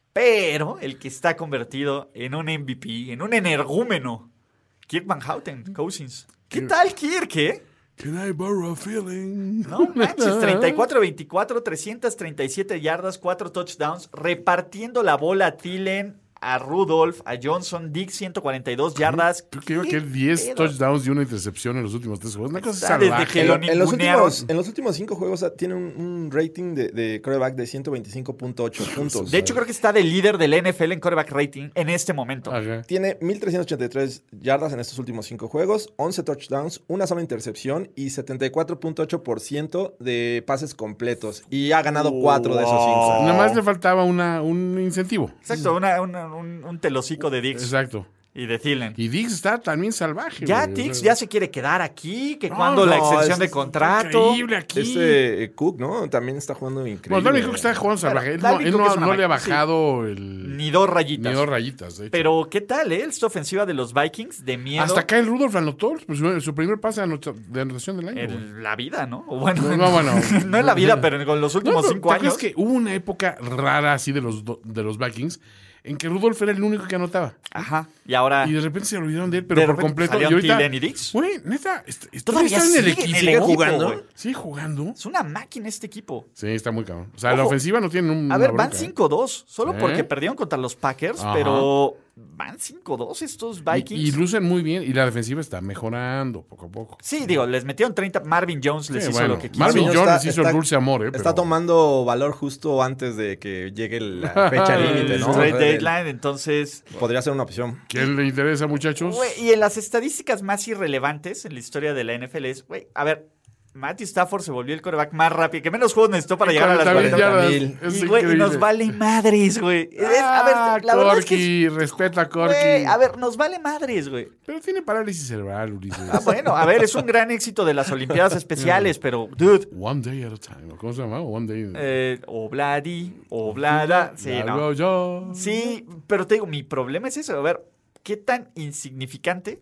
Pero el que está convertido en un M V P, en un energúmeno, Kirk Van Houten, Cousins. ¿Qué tal, Kirk, eh? Can I borrow a feeling? No manches, treinta y cuatro veinticuatro, trescientas treinta y siete yardas, cuatro touchdowns, repartiendo la bola a Thielen, a Rudolph, a Johnson, Dick ciento cuarenta y dos yardas. Creo que iba a ¿Qué quedar diez pedo? touchdowns y una intercepción en los últimos tres juegos. Una cosa Está desde salvaje. que en, lo lo- en los ningunearon. últimos, en los últimos cinco juegos ah, tiene un, un rating de, de quarterback de ciento veinticinco punto ocho puntos. De hecho, creo que está de líder del N F L en quarterback rating en este momento. Ajá. Tiene mil trescientas ochenta y tres yardas en estos últimos cinco juegos, once touchdowns, una sola intercepción y setenta y cuatro punto ocho por ciento de pases completos. Y ha ganado cuatro de esos cinco. Nada más le faltaba una, un incentivo. Exacto, una- una- un, un telocico de Dix Exacto. y de Thielen. Y Dix está también salvaje. Ya güey, o Dix sea, ya se quiere quedar aquí, que no, cuando la no, extensión es- de contrato. Increíble aquí. Este eh, Cook, ¿no? También está jugando increíble. Bueno, Dalvin Cook está jugando salvaje. Él, no, Dalvin él Cook no- es una no le ha máquina, sí. bajado el... Ni dos rayitas. Ni dos rayitas, de hecho. Pero, ¿qué tal, eh? Esta ofensiva de los Vikings de miedo Hasta acá el Rudolph anotó pues, su, su primer pase de anota- de anotación del año. güey. en la vida, ¿no? O bueno, No, no, bueno. no en la vida, pero en los No, últimos pero cinco ¿te acuerdas años. que hubo una época rara así de los, do- de los Vikings en que Rudolph era el único que anotaba? Ajá. Y ahora. Y de repente se olvidaron de él, pero De por repente completo. salieron Y ahorita, Thielen y Dix. güey, neta, est- est- Todavía está en el sigue en equipo. el equipo, jugando? güey. Sigue jugando. Es una máquina este equipo. Sí, está muy cabrón. O sea, la Ojo. ofensiva no tiene un. A ver, van cinco dos. Solo Sí. porque perdieron contra los Packers, Ajá. pero van cinco dos estos Vikings. Y, y lucen muy bien. Y la defensiva está mejorando poco a poco. Sí, digo, les metieron treinta. Marvin Jones les Sí, hizo bueno, lo que quiso. Marvin Está- Jones hizo está- el dulce amor, ¿eh? Está pero- tomando valor justo antes de que llegue la fecha límite, ¿no? Trade O sea, deadline, entonces. Podría ser una opción. ¿Quién le interesa, muchachos? Güey, y en las estadísticas más irrelevantes en la historia de la N F L es, güey, a ver, Matthew Stafford se volvió el quarterback más rápido, que menos juegos necesitó para llegar a las cuarenta mil cuarenta yardas. mil. Es Y, güey, y nos increíble. vale madres, güey. Es- a Ah, ver, la verdad es que... Corky, respeta a Corky. Güey, a ver, nos vale madres, güey. Pero tiene parálisis cerebral, Ulises. Ah, bueno, a ver, es un gran éxito de las Olimpiadas Especiales, pero, dude, One day at a time. ¿Cómo se llama? One day. eh, obladi, oblada, sí, La no. hago yo. Sí, pero te digo, mi problema es eso, a ver, ¿qué tan insignificante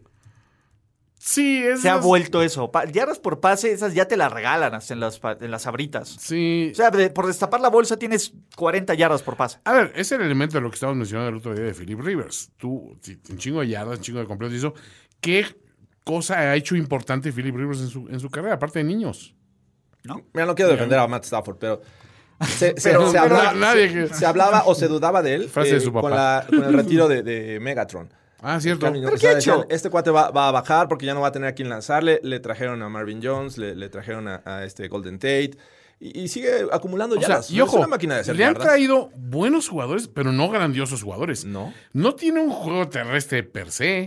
Sí, es. se ha vuelto eso? Pa- yardas por pase, esas ya te las regalan hasta en las, pa- en las sabritas. Sí. O sea, de- por destapar la bolsa tienes cuarenta yardas por pase. A ver, es el elemento de lo que estábamos mencionando el otro día de Philip Rivers. Tú, sí, un chingo de yardas, un chingo de completos y eso. ¿Qué cosa ha hecho importante Philip Rivers en su, en su carrera, aparte de niños? Mira, no quiero defender a Matt Stafford, pero se, se- Pero- se pero hablaba, nadie se- que- se hablaba o se dudaba de él Frase de eh, su papá. Con, la- con el retiro de, de Megatron. Ah, cierto. Cariño, ¿Pero o sea, qué ha hecho? decían, este cuate va, va a bajar porque ya no va a tener a quien lanzarle. Le trajeron a Marvin Jones, le, le trajeron a, a este Golden Tate. Y, y sigue acumulando O sea, yardas. y ojo, es una máquina de hacer le han yardas. traído buenos jugadores, pero no grandiosos jugadores. No. No tiene un juego terrestre per se.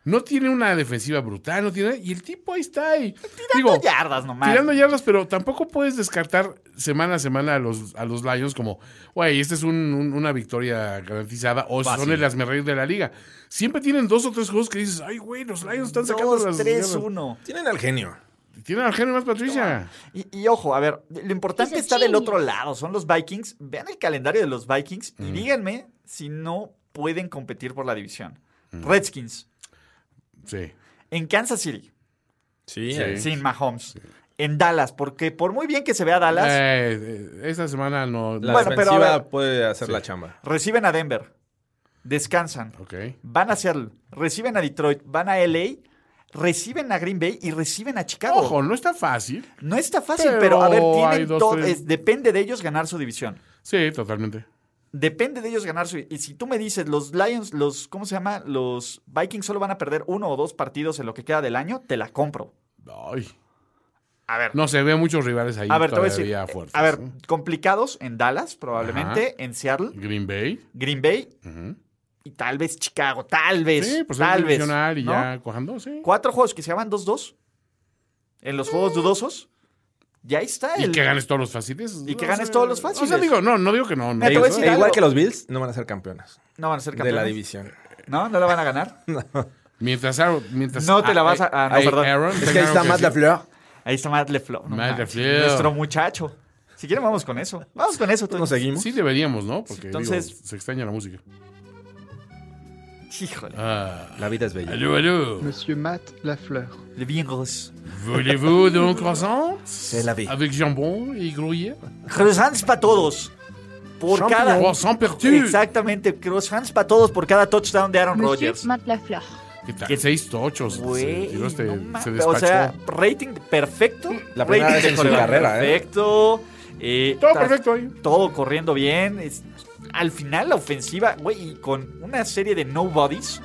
No tiene una defensiva brutal, no tiene... Y el tipo ahí está. ahí. Tirando Digo, yardas nomás. tirando yardas, pero tampoco puedes descartar semana a semana a los, a los Lions como, güey, esta es un, un, una victoria garantizada o Fácil. son el hazmerreír de la liga. Siempre tienen dos o tres juegos que dices, ay, güey, los Lions están sacando dos, las... tres, uno. Tienen al genio. Tienen al genio más Patricia. Y, y ojo, a ver, lo importante está del otro lado, son los Vikings. Vean el calendario de los Vikings y díganme si no pueden competir por la división. Redskins, Sí. en Kansas City, Sí. Sí. eh. sin Mahomes. En Dallas, porque por muy bien que se vea Dallas, Eh, eh, esta semana no... La Bueno, pero a defensiva ver. puede hacer Sí. la chamba. reciben a Denver, descansan, Ok. van a Seattle, reciben a Detroit, van a L A, reciben a Green Bay y reciben a Chicago. Ojo, no está fácil. No está fácil, Pero pero, a ver, hay tienen dos, todo, tres. es- depende de ellos ganar su división. Sí, totalmente. Depende de ellos ganar su... Y si tú me dices, los Lions, los... ¿Cómo se llama? Los Vikings solo van a perder uno o dos partidos en lo que queda del año, te la compro. Ay. A ver. No se ve muchos rivales ahí a ver, te voy a todavía decir. fuertes. A ver, ¿no? complicados en Dallas, probablemente, en Seattle, Green Bay. Green Bay Ujú. y tal vez Chicago, tal vez. Sí, pues tal es vez. divisional y ¿no? ya cojando, sí. Cuatro juegos que se llaman dos dos en los juegos dudosos. Ya está Y el... que ganes todos los fáciles. Y que No ganes sé. todos los O sea, fáciles. digo, no, no digo que no. no Mira, te E voy a igual, decir algo. que los Bills, no van a ser campeones No van a ser de campeones. la división. ¿No? ¿No la van a ganar? Mientras, Aaron- mientras No te la vas a- ah, no, ahí perdón. Aaron Es que tenga ahí algo está Matt decir. LaFleur. Ahí está Matt LeFleur. No Matt manches, LaFleur. nuestro muchacho. Si quieren, vamos con eso. Vamos con eso. Toño. Nos seguimos. Sí deberíamos, ¿no? Porque Entonces- digo, se extraña la música. Híjole. Ah. La vida es bella. Allô, allô. Monsieur Matt Lafleur. Le bien gros. Voulez-vous donc croissant? C'est la vie. Avec jambon y gruyère? Croissants para todos. Por cada... Croissant perdu. Exactamente. Croissants para todos por cada touchdown de Aaron Monsieur Rodgers. Matt Lafleur. ¿Qué tal? ¿Qué- Seis tochos. Güey, se, tiró este- no se mames. despachó. O sea, rating perfecto. La primera rating vez de en su coreback carrera, ¿eh? Perfecto. Eh, Todo ta- perfecto ahí. Todo corriendo bien. Es- al final, la ofensiva, güey, y con una serie de nobodies.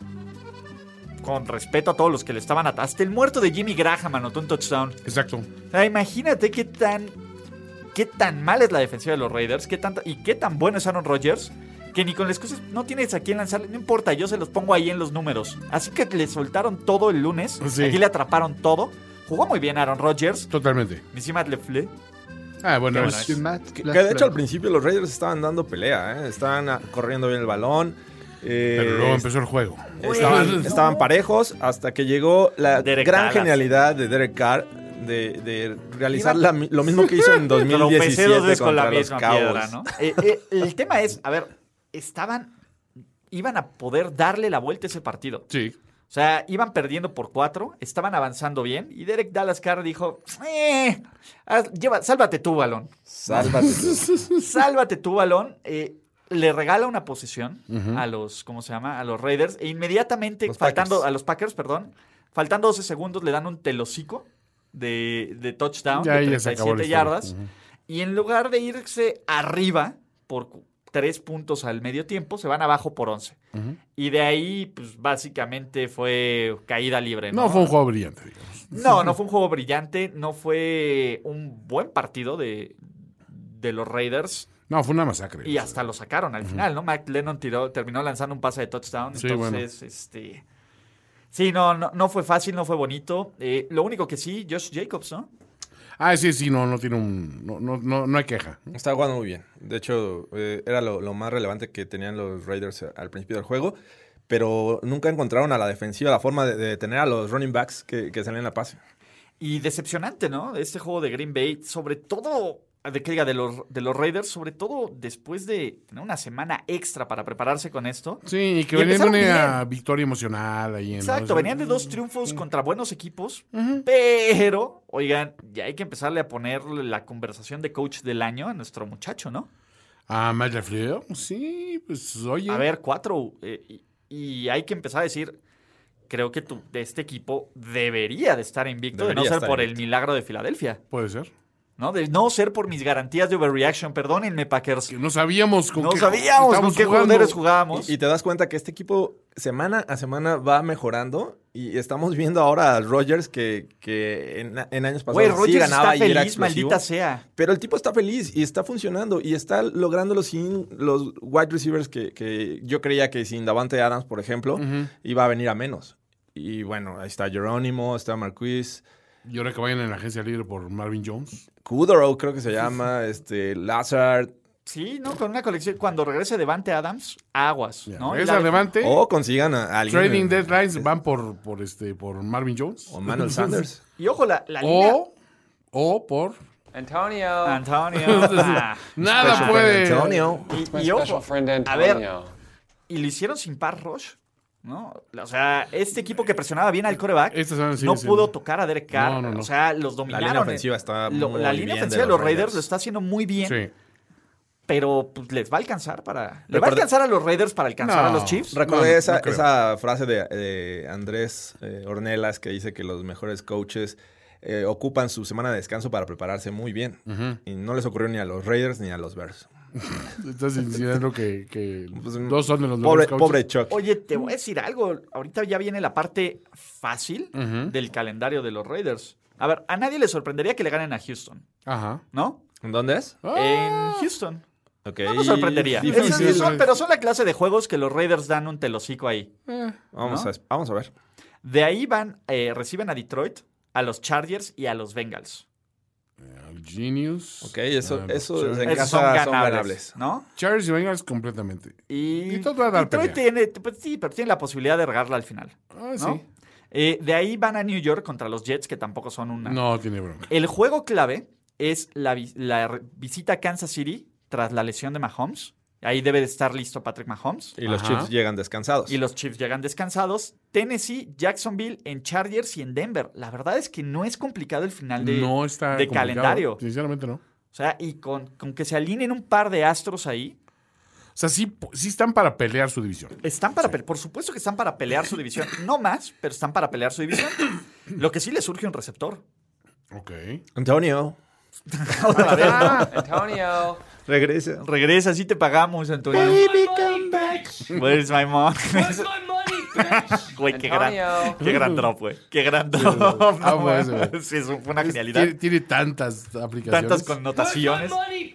Con respeto a todos los que le estaban atando. Hasta el muerto de Jimmy Graham anotó un touchdown. Exacto. O sea, imagínate qué tan. Qué tan mal es la defensiva de los Raiders. Qué tanta, y qué tan bueno es Aaron Rodgers. Que ni con las cosas. No tienes a quién lanzarle. No importa, yo se los pongo ahí en los números. Así que le soltaron todo el lunes. Sí. Aquí le atraparon todo. Jugó muy bien Aaron Rodgers. Totalmente. Encima le fle. Ah, bueno, Qué es- Monsieur Matt Que, que Lafleur. de hecho al principio los Raiders estaban dando pelea, ¿eh? Estaban ah, corriendo bien el balón. eh, pero luego empezó el juego. Estaban, estaban parejos hasta que llegó la Derek gran Dallas. genialidad de Derek Carr de, de realizar la mi- lo mismo que hizo en dos mil Tropecé diecisiete dos veces con la contra los misma Cowboys. piedra, ¿no? Eh, eh, el tema es, a ver, estaban. Iban a poder darle la vuelta a ese partido. Sí. O sea, iban perdiendo por cuatro, estaban avanzando bien y Derek Dallas Carr dijo, eh, haz- lleva, sálvate tú, balón. Sálvate tú. Sálvate tú, balón. Eh, le regala una posesión a los, ¿cómo se llama? A los Raiders e inmediatamente, Los faltando, Packers. a los Packers, perdón, faltando doce segundos le dan un telocico de, de touchdown Ya ahí de ya se acabó treinta y la siete historia. yardas. Ujú. Y en lugar de irse arriba por cu- tres puntos al medio tiempo, se van abajo por once. Ujú. Y de ahí, pues básicamente fue caída libre. No, No fue un juego brillante, digamos. No, no fue un juego brillante, no fue un buen partido de, de los Raiders. No, fue una masacre. Y hasta lo sacaron al final, ¿no? Mac Lennon tiró, terminó lanzando un pase de touchdown. Sí, entonces, este. Sí, no, no, no fue fácil, no fue bonito. Eh, lo único que sí, Josh Jacobs, ¿no? Ah, sí, sí, no, no tiene un... No, no, no, no hay queja. Está jugando muy bien. De hecho, eh, era lo, lo más relevante que tenían los Raiders al principio del juego. Pero nunca encontraron a la defensiva la forma de, de tener a los running backs que, que salían a pase. Y decepcionante, ¿no? Este juego de Green Bay, sobre todo, de que diga, de los, de los Raiders, sobre todo después de tener una semana extra para prepararse con esto. Sí, y que Y venían de empezaron una victoria emocional ahí en... Exacto, venían de dos triunfos contra buenos equipos, pero, oigan, ya hay que empezarle a poner la conversación de coach del año a nuestro muchacho, ¿no? Ah, Matt LaFleur, sí, pues oye. A ver, cuatro, eh, y, y hay que empezar a decir, creo que tu, de este equipo debería de estar invicto, de no Debería ser estar por el invicto. milagro de Filadelfia, Puede ser. ¿no? De no ser por mis garantías de overreaction, perdónenme, Packers. Que no sabíamos con No qué sabíamos con estábamos qué jugando. jugadores jugábamos. Y, y te das cuenta que este equipo semana a semana va mejorando. Y estamos viendo ahora a Rodgers que, que en, en años pasados Güey, sí Rodgers ganaba está y era feliz, explosivo. maldita sea. Pero el tipo está feliz y está funcionando y está lográndolo sin los wide receivers que, que yo creía que sin Davante Adams, por ejemplo, iba a venir a menos. y bueno, ahí está Jerónimo, está Marquise. Y ahora que vayan en la agencia libre por Marvin Jones. Kudrow creo que se llama, este, Lazard. Sí, ¿no? Con una colección. Cuando regrese Devante Adams, aguas, Ya, ¿no? regresa La- Devante. O consigan a alguien. Trading Deadlines van por, por, este, por Marvin Jones. O Manuel Sanders. Y ojo, la, la línea... O, o por... Antonio. Antonio. Ah. Nada Special puede... friend Antonio. Y, My y special ojo, friend a Antonio. ver, y lo hicieron sin pass rush, ¿no? O sea, este equipo que presionaba bien al quarterback Esta semana sigue no siendo- pudo tocar a Derek Carr. No, no, no. O sea, los La dominaron. línea ofensiva está Lo- muy La línea bien ofensiva de de los los Raiders Raiders. lo está haciendo muy bien, Sí. pero pues, les va a alcanzar para... Le va a Recuerda- alcanzar a los Raiders para alcanzar No. a los Chiefs. Recordé No, esa, no creo. esa frase de, de Andrés eh, Ornelas que dice que los mejores coaches eh, ocupan su semana de descanso para prepararse muy bien. Y no les ocurrió ni a los Raiders ni a los Bears. Estás insinuando que, que Pues, dos son de los Pobre, mejores coaches. pobre Chuck. Oye, te voy a decir algo. Ahorita ya viene la parte fácil Ujú. del calendario de los Raiders. A ver, a nadie le sorprendería que le ganen a Houston, Ajá. ¿no? ¿Dónde es? Ah. En Houston. Ok. No nos sorprendería. Difícil. Esos sí son- pero son la clase de juegos que los Raiders dan un telocico ahí. Vamos, ¿no? a, vamos a ver. De ahí van, eh, reciben a Detroit, a los Chargers y a los Bengals. Al Genius. Ok, eso, Ah, eso Chargers. en Esos casa son son ganables, ganables. ¿no? Chargers y Bengals completamente. Y Detroit va a dar Detroit pelea. tiene, pues sí, pero tiene la posibilidad de regarla al final. Ah, ¿no? sí. Eh, de ahí van a New York contra los Jets, que tampoco son una. No tiene bronca. El juego clave es la, vi- la re- visita a Kansas City tras la lesión de Mahomes. Ahí debe de estar listo Patrick Mahomes. Y los Ajá. Chiefs llegan descansados. Y los Chiefs llegan descansados. Tennessee, Jacksonville, en Chargers y en Denver. La verdad es que no es complicado el final de, no está de complicado. calendario. Sinceramente no. O sea, y con, con que se alineen un par de astros ahí, O sea, sí, sí están para pelear su división. están para pelear. Por supuesto que están para pelear su división. No más, pero están para pelear su división. Lo que sí les surge un receptor. Ok. Antonio, Otra vez, ¿no? Antonio. regresa. Regresa, sí te pagamos, Antonio. Where's my mom? Güey, qué gran, Antonio. qué gran drop, güey. Qué gran drop. no, amo güey. ese, güey. Sí, es una genialidad. Tiene, tiene tantas aplicaciones. Tantas connotaciones.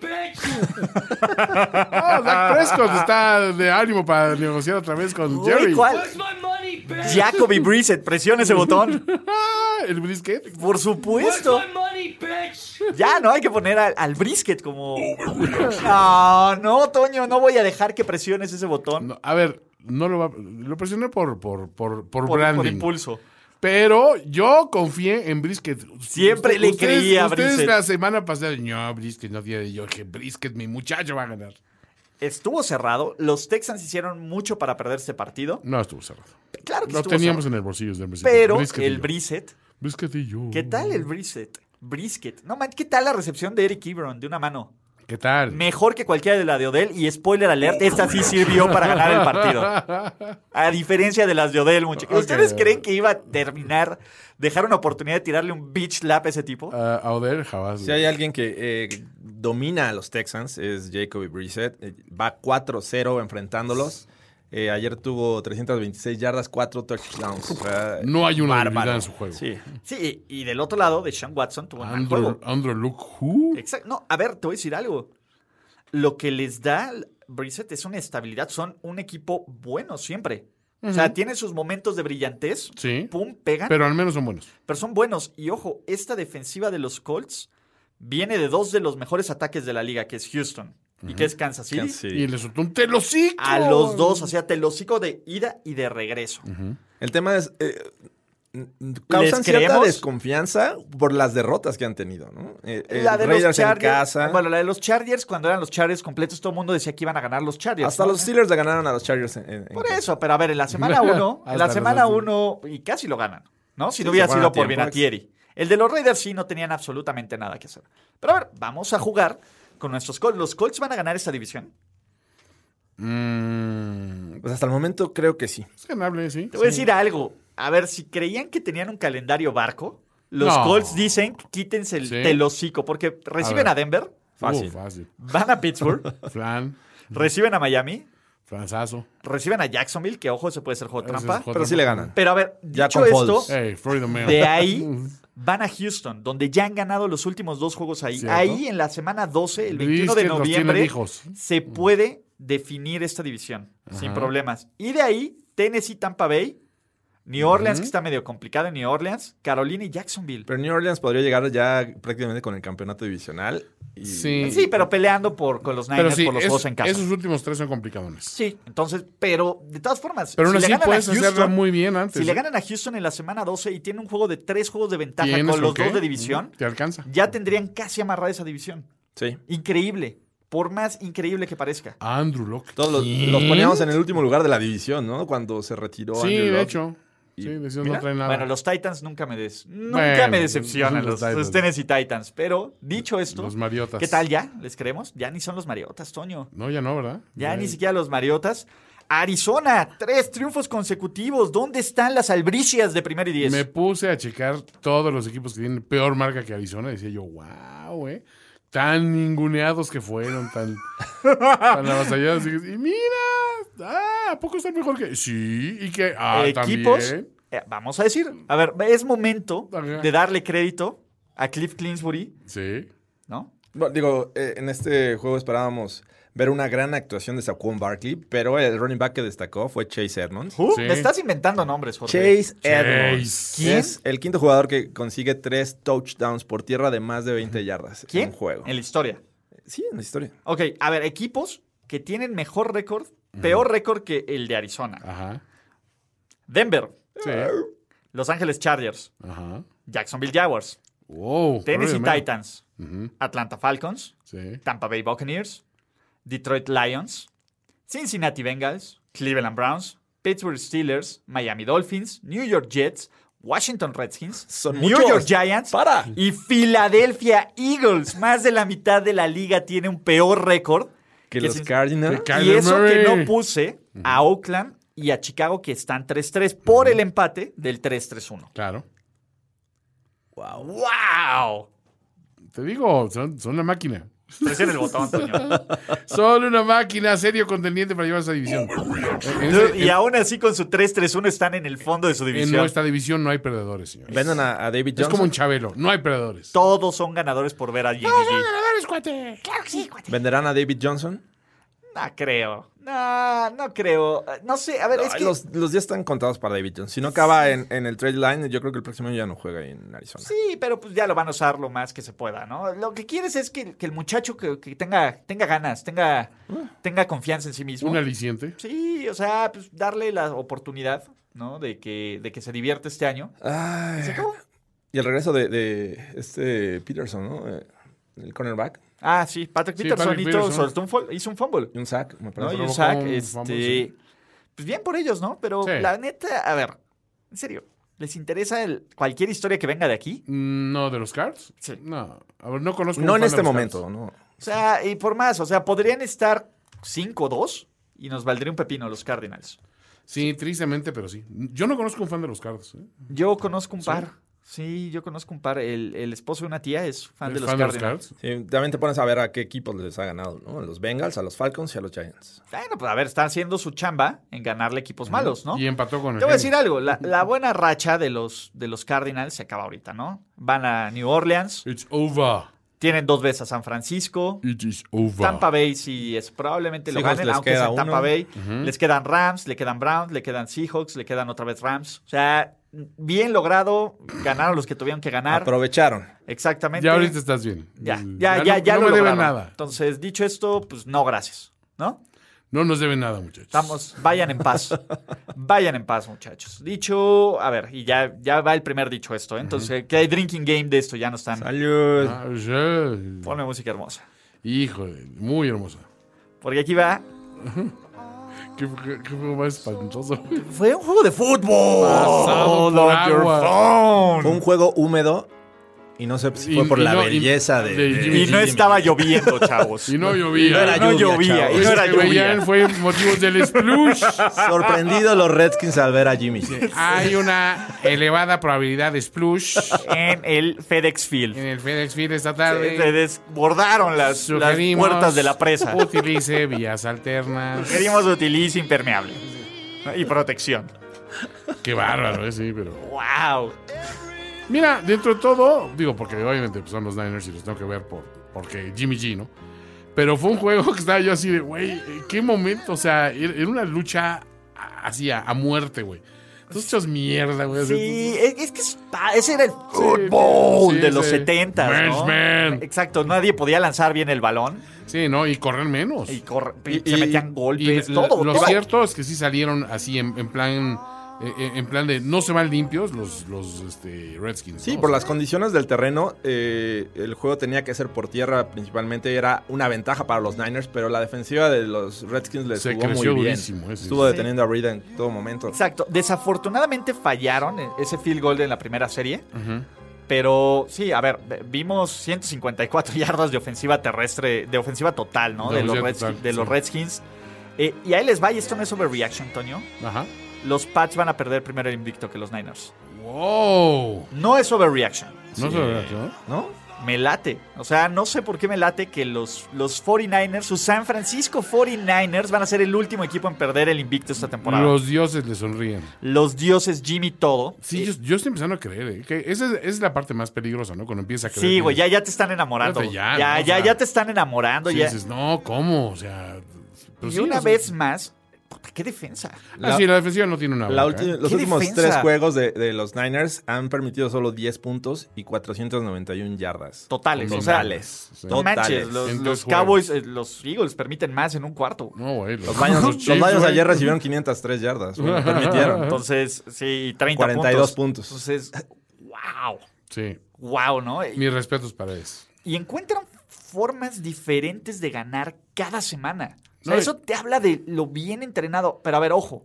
Ah, Dak Prescott está de ánimo para negociar otra vez con Güey, Jerry. ¿cuál? Jacoby Brissett, presiona ese botón. Ah, el brisket. Por supuesto. Ya, no hay que poner al, al brisket como. No, no, Toño, no voy a dejar que presiones ese botón No, a ver, no lo va, lo presioné por, por, por, por, por, branding. por impulso. Pero yo confié en Brisket. Siempre le creí a ustedes Brissett. la semana pasada, no, Brisket no tiene. Yo dije, Brisket, mi muchacho va a ganar. Estuvo cerrado. Los Texans hicieron mucho para perder este partido. No estuvo cerrado. Claro que Lo estuvo teníamos cerrado. en el bolsillo de Brisket. Pero Brisket y el yo. Brissett. Brisket y yo. ¿Qué tal el Brisket? Brisket. No, man, ¿qué tal la recepción de Eric Ebron de una mano? ¿Qué tal? Mejor que cualquiera de la de Odell. Y spoiler alert, esta sí sirvió para ganar el partido. A diferencia de las de Odell, muchachos. Ok. ¿Ustedes creen que iba a terminar, dejar una oportunidad de tirarle un bitch slap a ese tipo? Ah, a Oder, jamás. Si hay alguien que eh, domina a los Texans es Jacoby Brissett. Eh, va cuatro cero enfrentándolos. Eh, ayer tuvo trescientas veintiséis yardas, cuatro touchdowns. O sea, No hay una bárbaro. debilidad en su juego. Sí. Sí, y del otro lado, de Sean Watson tuvo un mal Andrew, juego. Andrew Luke, who? Exacto. No, a ver, te voy a decir algo. Lo que les da Brissett es una estabilidad. Son un equipo bueno siempre. O sea, tienen sus momentos de brillantez. Sí. Pum, pegan. Pero, Pero al menos son buenos. son buenos. Y ojo, esta defensiva de los Colts viene de dos de los mejores ataques de la liga, que es Houston y que es Kansas City. Kansas City. Y le soltó un telocico. A los dos, o sea, telocico de ida y de regreso. El tema es. Eh, n- causan cierta creemos? desconfianza por las derrotas que han tenido, ¿no? Eh, eh, La de los Raiders en Chargers, casa. bueno, la de los Chargers, cuando eran los Chargers completos, todo el mundo decía que iban a ganar los Chargers. Hasta ¿no? los Steelers le ganaron a los Chargers en, en Por casa. eso, pero a ver, en la semana uno, en la Hasta semana los- uno, y casi lo ganan, ¿no? Si Sí, no hubiera se fueron sido a por tiempo Vinatieri. El de los Raiders sí no tenían absolutamente nada que hacer. Pero a ver, vamos a jugar con nuestros Colts. ¿Los Colts van a ganar esta división? Mm, Pues hasta el momento creo que sí. es ganable, sí. Te voy a Sí. decir algo. A ver, si creían que tenían un calendario barco, los No. Colts dicen, quítense el Sí. telocico, porque reciben ver. a, Denver, Fácil. Uh, fácil. van a Pittsburgh, Flan, reciben a Miami, Franzazo. reciben a Jacksonville, que ojo, ese puede ser juego Ese es trampa. juego Pero sí le ganan. Pero a ver, Ya dicho con esto, Foles. Hey, Florida Mail. de ahí van a Houston, donde ya han ganado los últimos dos juegos ahí. ¿Cierto? Ahí en la semana doce, el veintiuno de Brisket los tiene noviembre, hijos. se puede definir esta división sin problemas. Y de ahí, Tennessee, Tampa Bay, New Orleans, uh-huh. que está medio complicado en New Orleans. Carolina y Jacksonville. Pero New Orleans podría llegar ya prácticamente con el campeonato divisional. Y... Sí. sí, pero peleando por, con los Niners sí, por los es, juegos en casa. Esos últimos tres son complicados. Sí, entonces, pero de todas formas. Pero aún si así puedes hacerlo muy bien antes. Si ¿eh? le ganan a Houston en la semana doce y tienen un juego de tres juegos de ventaja con, con los qué? dos de división, te alcanza. Ya tendrían casi amarrada esa división. Sí. Increíble. Por más increíble que parezca. Andrew Locke. Todos los, los poníamos en el último lugar de la división, ¿no? Cuando se retiró Sí, Andrew de Luck. hecho. Y, sí, de no trae nada. Bueno, los Titans nunca me des, nunca Bueno, me decepcionan los los, los Titans. Tennessee Titans. Pero dicho esto, Los Mariotas. ¿qué tal ya? ¿Les creemos? Ya ni son los Mariotas, Toño. No, ya no, ¿verdad? Ya, ya ni siquiera los Mariotas. Arizona, tres triunfos consecutivos. ¿Dónde están las albricias de primer y diez? Me puse a checar todos los equipos que tienen peor marca que Arizona. Y decía yo, wow, eh. Tan ninguneados que fueron, tan, tan avasallados. Y, y mira, ah, ¿a poco están mejor que...? Sí, y que... Ah, equipos, también. Eh, vamos a decir, a ver, es momento Ajá. de darle crédito a Cliff Kingsbury, Sí. ¿no? Bueno, digo, eh, en este juego esperábamos ver una gran actuación de Saquon Barkley, pero el running back que destacó fue Chase Edmonds. Uh, Sí. Me estás inventando nombres, Jorge. Chase Edmonds. ¿Quién? Es el quinto jugador que consigue tres touchdowns por tierra de más de veinte yardas ¿Quién? en un juego. En la historia. Sí, en la historia. Ok, a ver, equipos que tienen mejor récord, peor récord que el de Arizona. Ajá. Denver, Sí. Los Ángeles Chargers, Ajá. Jacksonville Jaguars, Wow. Tennessee Florida, Titans, Ujú. Atlanta Falcons, Sí. Tampa Bay Buccaneers, Detroit Lions, Cincinnati Bengals, Cleveland Browns, Pittsburgh Steelers, Miami Dolphins, New York Jets, Washington Redskins, Son New muchos. York Giants ¡Para! y Philadelphia Eagles. Más de la mitad de la liga tiene un peor récord Que que los sin- Cardinals. Que Y Kyler eso Murray. que no puse a Oakland y a Chicago, que están tres tres por el empate del tres tres uno. Claro. Wow. ¡Wow! Te digo, son, son una máquina. Presiona el botón, Toño. Son una máquina, serio contendiente para llevar esa división. En, ese- Y aún así, con su tres tres uno están en el fondo de su en división. nuestra división no hay perdedores, señores. Vendan a, a David Es Johnson. como un Chabelo, no hay perdedores. Todos son ganadores por ver a Jimmy G. ¡Ganadores, cuate! ¿Venderán a David Johnson? No creo. No, no creo. No sé, a ver, es Ay, que... los, los días están contados para David Johnson. Si no acaba en, en el trade line, yo creo que el próximo año ya no juega ahí en Arizona. Sí, pero pues ya lo van a usar lo más que se pueda, ¿no? Lo que quieres es que, que el muchacho que, que tenga, tenga ganas, tenga, tenga confianza en sí mismo. Un aliciente. Sí, o sea, pues darle la oportunidad, ¿no? De que, de que se divierte este año. Ay. ¿Se acabó? Y el regreso de, de este Peterson, ¿no? Eh, El cornerback. Ah, sí, Patrick Sí, Peterson, Patrick hizo, Peterson. soltó un fol- hizo un fumble. Y un sack, me ¿No? parece. Y un provocó sack, un este... fumble, sí. Pues bien por ellos, ¿no? Pero Sí. la neta, a ver, en serio, ¿les interesa el- cualquier historia que venga de aquí? No, ¿de los Cards? Sí. No, a ver, no conozco. No un en fan este de los momento, Cards. no. O sea, y por más, o sea, podrían estar cinco dos y nos valdría un pepino los Cardinals. Sí, tristemente, pero sí. Yo no conozco un fan de los Cards. ¿eh? Yo conozco un par. Sí, yo conozco un par. El, el esposo de una tía es fan ¿Es de los fan de los Cardinals. Cards? Sí, también te pones a ver a qué equipos les ha ganado, ¿no? A los Bengals, a los Falcons y a los Giants. Bueno, pues a ver, está haciendo su chamba en ganarle equipos malos, ¿no? Y empató con el Te voy a Genio. decir algo, la, la buena racha de los, de los Cardinals se acaba ahorita, ¿no? Van a New Orleans, It's over. tienen dos veces a San Francisco, It is over. Tampa Bay sí es probablemente lo Seahawks ganen, les aunque sea queda en Tampa uno. Bay. Les quedan Rams, le quedan Browns, le quedan Seahawks, le quedan otra vez Rams. O sea, bien logrado, ganaron los que tuvieron que ganar. Aprovecharon. Exactamente. Ya ahorita estás bien. Ya, ya, ya, no, ya no lo me deben lograron. nada. Entonces, dicho esto, pues no, gracias, ¿no? No nos deben nada, muchachos. Estamos, vayan en paz. Vayan en paz, muchachos. Dicho, a ver, y ya, ya va el primer dicho esto, ¿eh? Entonces, ¿qué hay drinking game de esto? Ya no están. Salud. Ah, sí. Ponme música hermosa. Híjole, muy hermosa. Porque aquí va. ¿Qué, qué, qué fue más espantoso? Fue un juego de fútbol. Pasado por on your agua. phone. Fue un juego húmedo y no sé si Y- fue por y la no- y- belleza de, de de Jimmy Y no Jimmy. estaba lloviendo, chavos. Y no llovía. Y no era no lluvia, llovía, chavos. y no Eso era que lluvia. veían fue motivos del splush. Sorprendidos los Redskins al ver a Jimmy. Hay una elevada probabilidad de splush En el FedEx Field. en el FedEx Field esta Se tarde. desbordaron las, las Sugerimos puertas de la presa. Utilice vías alternas. Queríamos utilice impermeable. ¿No? Y protección. Qué bárbaro, ¿eh? Sí, pero... ¡Wow! Mira, dentro de todo, digo, porque obviamente pues, son los Niners y los tengo que ver por, porque Jimmy G, ¿no? Pero fue un juego que estaba yo así de, güey, ¿qué momento? O sea, era era una lucha a- así a, a muerte, güey. Todos hechos mierda, güey. Sí, es, es que es- ah, ese era el fútbol sí, de los sí. setentas, ¿no? Man's man. Exacto, nadie podía lanzar bien el balón Sí, ¿no? Y correr menos. y, corre- Y- se y- metían Y golpes, lo, todo. lo todo. cierto es que sí salieron así en, en plan eh, en plan de no se van limpios los, los este, Redskins. Sí, ¿no? por O sea, las condiciones del terreno, eh, el juego tenía que ser por tierra principalmente. Era una ventaja para los Niners, pero la defensiva de los Redskins les Se jugó muy creció bien. durísimo, ese. Estuvo Sí. deteniendo a Reed en todo momento. Exacto. Desafortunadamente fallaron en ese field goal en la primera serie. Pero sí, a ver, ve- vimos ciento cincuenta y cuatro yardas de ofensiva terrestre, de ofensiva total, ¿no? De De, los, ofensiva Redskins, total, de los sí. Redskins. Eh, y ahí les va, y esto no es overreaction, Toño. Ajá. Los Pats van a perder primero el invicto que los Niners. Wow. No es overreaction. No se ve, ¿no? ¿No? Me late. O sea, no sé por qué me late que los, los cuarenta y nueve ers, sus San Francisco cuarenta y nueve ers van a ser el último equipo en perder el invicto esta temporada. Los, Los dioses le sonríen. dioses Jimmy todo. Sí, yo, yo estoy empezando a creer, ¿eh? Que esa es, esa es la parte más peligrosa, ¿no? Cuando empieza a creer. Sí, que- güey, ya, ya te están enamorando. Espérate, ya, ya, ¿no? O ya, sea, ya te están enamorando. Sí, ya. dices, no, ¿cómo? O sea... pero Y sí, una o sea, vez más, puta, qué defensa. Ah, sí, la defensiva no tiene una La bronca, ulti- ¿eh? los ¿Qué últimos defensa? tres juegos de, de los Niners han permitido solo diez puntos y cuatrocientas noventa y una yardas. Totales, o sea, Totales. Sí. No manches, Totales. los, En los tres Cowboys, eh, los Eagles permiten más en un cuarto. No, güey. Los Lions, los Chiefs, Lions güey. ayer recibieron quinientas tres yardas. Bueno, permitieron. Entonces, sí, treinta cuarenta y dos puntos. Entonces, wow, Sí. wow, ¿no? Y, Mis respetos para eso. y encuentran formas diferentes de ganar cada semana. O sea, No, y- eso te habla de lo bien entrenado. Pero a ver, ojo,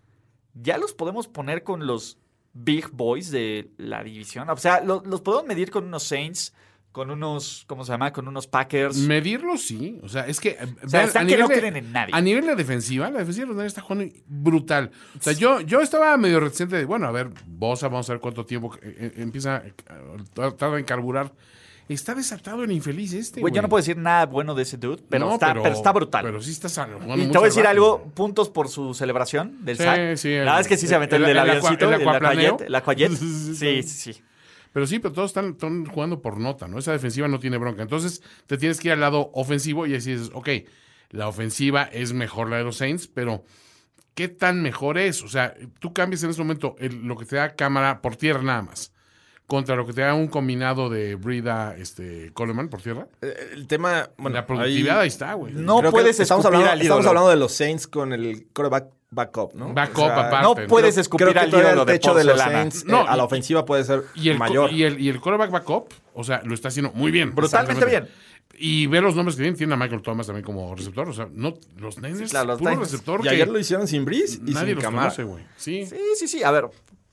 ya los podemos poner con los big boys de la división. O sea, lo- los podemos medir con unos Saints, con unos, ¿cómo se llama? Con unos Packers. Medirlo, sí. O sea, es que... eh, O sea, vean, están a que no nivel de- creen en nadie. A nivel de defensiva, la defensiva de los Niners está jugando brutal. O sea, yo, yo estaba medio reticente de, bueno, a ver, Bosa, vamos a ver cuánto tiempo eh, eh, empieza, eh, tarda en carburar. Está desatado el infeliz este, Güey, yo no puedo decir nada bueno de ese dude, pero, No, está, pero, está brutal. Pero sí está sal- jugando Y muy te voy a decir salvaje, algo, güey. puntos por su celebración del Sí, sack. sí, La el- verdad es que sí se aventó el, el- del el aqua- avioncito, el el, aquaplaneo. Lafayette. Lafayette. Sí, sí, sí. Sí, sí, sí. Pero sí, pero todos están, están jugando por nota, ¿no? Esa defensiva no tiene bronca. Entonces, te tienes que ir al lado ofensivo y así dices, ok, la ofensiva es mejor la de los Saints, pero ¿qué tan mejor es? O sea, tú cambias en ese momento el- lo que te da cámara por tierra nada más, contra lo que te da un combinado de Brida, este, Coleman por tierra. Eh, El tema, bueno, la productividad ahí, ahí- está, güey. No creo que puedes estamos escupir hablando, al estamos ídolo. hablando de los Saints con el quarterback backup, ¿no? Backup, O sea, aparte. No Creo- puedes Creo escupir que al todavía ídolo el de techo de los porcelana. Saints No, eh, a la y- ofensiva puede ser Y el, co- mayor. y, el, y el quarterback backup, o sea, lo está haciendo muy bien. Brutalmente Exactamente. Y ve los nombres que tienen. Tienen a Michael Thomas también como receptor. O sea, no, los Niners, claro, los puro Niners. receptor Y que ayer lo hicieron sin Breeze y nadie sin los Camara. conoce, güey. Sí. Sí, sí, sí. A ver.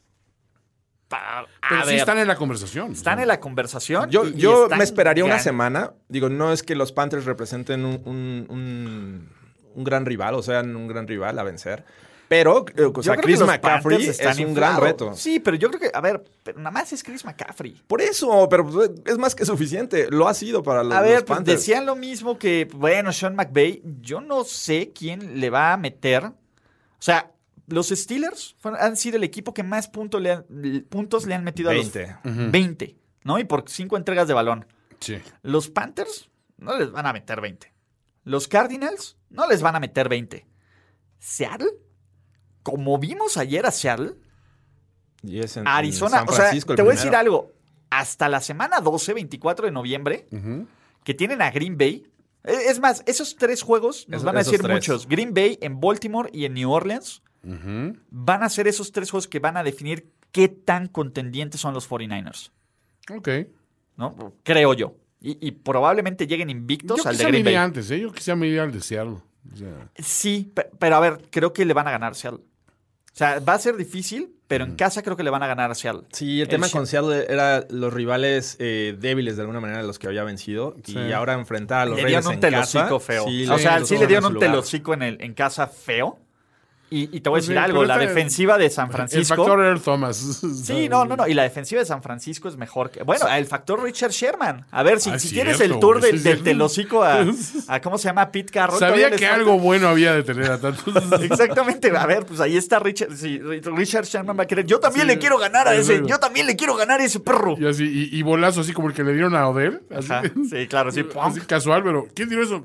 Pa- Pero a sí ver, están en la conversación. están O sea, en la conversación. Yo, y- y yo están me esperaría una gan- semana. Digo, no es que los Panthers representen un, un, un- un gran rival, o sean un gran rival a vencer. Pero, eh, o Yo sea, creo Chris que los McCaffrey Panthers es están un gran inflados. reto. Sí, pero yo creo que, a ver, pero nada más es Chris McCaffrey. Por eso, pero pues, es más que suficiente. Lo ha sido para los, A ver, los pues Panthers. decían lo mismo que, bueno, Sean McVay. Yo no sé quién le va a meter. O sea, los Steelers fueron- han sido el equipo que más punto le han- puntos le han metido veinte. a los veinte, ¿no? Y por cinco entregas de balón. Sí. Los Panthers no les van a meter veinte. Los Cardinals no les van a meter veinte. Seattle, como vimos ayer a Seattle, Y es en, Arizona, en San o sea, Francisco el te voy a primero. decir algo. Hasta la semana doce, veinticuatro de noviembre, que tienen a Green Bay. Eh, Es más, esos tres juegos nos Es- van a esos decir tres. muchos. Green Bay, en Baltimore y en New Orleans. Van a ser esos tres juegos que van a definir qué tan contendientes son los cuarenta y nueve ers. Ok. ¿No? Creo yo. Y, y probablemente lleguen Yo invictos al de quizá me Green Bay. iría antes, ¿eh? Yo quizá me iría al de Seattle. O sea, Sí, pe- pero a ver, creo que le van a ganar a Seattle. O sea, va a ser difícil, pero en casa creo que le van a ganar a Seattle. Sí, el tema El con Seattle era los rivales eh, débiles de alguna manera de los que había vencido. Sí. Y ahora enfrentar a los Le Raiders dieron un en casa. telocico feo. sí, o sea, los sí le ponen dieron en un su lugar. telocico en, el, en casa feo. Y, y te voy a Pues decir sí, algo, pero la este- defensiva de San el Francisco... factor Earl Thomas. Sí, no, no, no. Y la defensiva de San Francisco es mejor que... Bueno, el factor Richard Sherman. A ver, si, Ah, si es tienes cierto, el tour güey, del, sí, del sí. telocico a, a... ¿Cómo se llama? Pete Carroll. todavía Sabía les que falta. algo bueno había de tener a tantos. Exactamente. A ver, pues ahí está Richard. Sí, Richard Sherman va a querer... Yo también Sí, le quiero ganar a ese... exacto. Yo también le quiero ganar a ese perro. Y así, y, y bolazo así como el que le dieron a Odell. Así, Ajá, sí, claro, sí. así casual, pero ¿quién dio eso?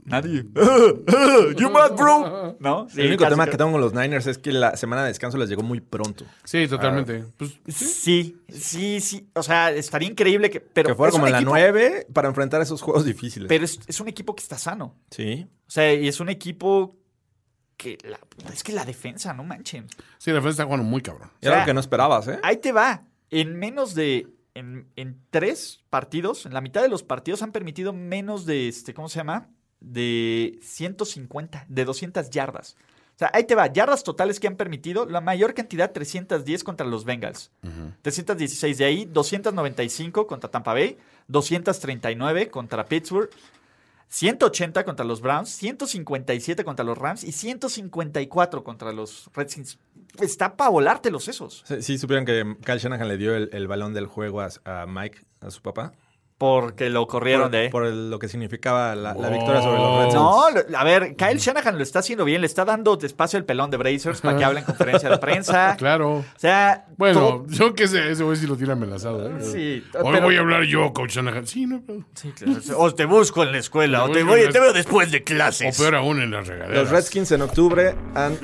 Nadie. You mad, bro. ¿No? Sí, El único casi tema que- que tengo con los Niners es que la semana de descanso les llegó muy pronto. Sí, totalmente. Pues, Sí, sí, sí. O sea, estaría increíble que. Pero que fuera es como un en la equipo- nueve para enfrentar esos juegos difíciles. Pero es, es un equipo que está sano. Sí. O sea, y es un equipo que. La, es que la defensa, no manchen. sí, la defensa está jugando muy cabrón. Y era sea, algo que no esperabas, ¿eh? Ahí te va. En menos de. En, en tres partidos, en la mitad de los partidos han permitido menos de. este ¿Cómo se llama? De ciento cincuenta, de doscientas yardas. O sea, ahí te va. Yardas totales que han permitido, la mayor cantidad, trescientas diez contra los Bengals. trescientas dieciséis de ahí, doscientas noventa y cinco contra Tampa Bay, doscientas treinta y nueve contra Pittsburgh, ciento ochenta contra los Browns, ciento cincuenta y siete contra los Rams y ciento cincuenta y cuatro contra los Redskins. Está para volarte los sesos. Sí, sí supieron que Kyle Shanahan le dio el, el balón del juego a, a Mike, a su papá. Porque lo corrieron por, de ahí. por el- lo que significaba la, la Oh. victoria sobre los Redskins. No, lo- a ver, Kyle Shanahan lo está haciendo bien, le está dando espacio al pelón de Brazers para que hable en conferencia de prensa. Claro. O sea, Bueno, todo- yo que sé, ese güey sí lo tiene amenazado. ¿eh? Sí, Hoy pero- voy a hablar yo, Coach Shanahan. Sí, no, pero- Sí, claro. O te busco en la escuela, o Te te, busco voy, en la- te veo después de O clases. peor aún en las regaderas. Los Redskins en octubre han,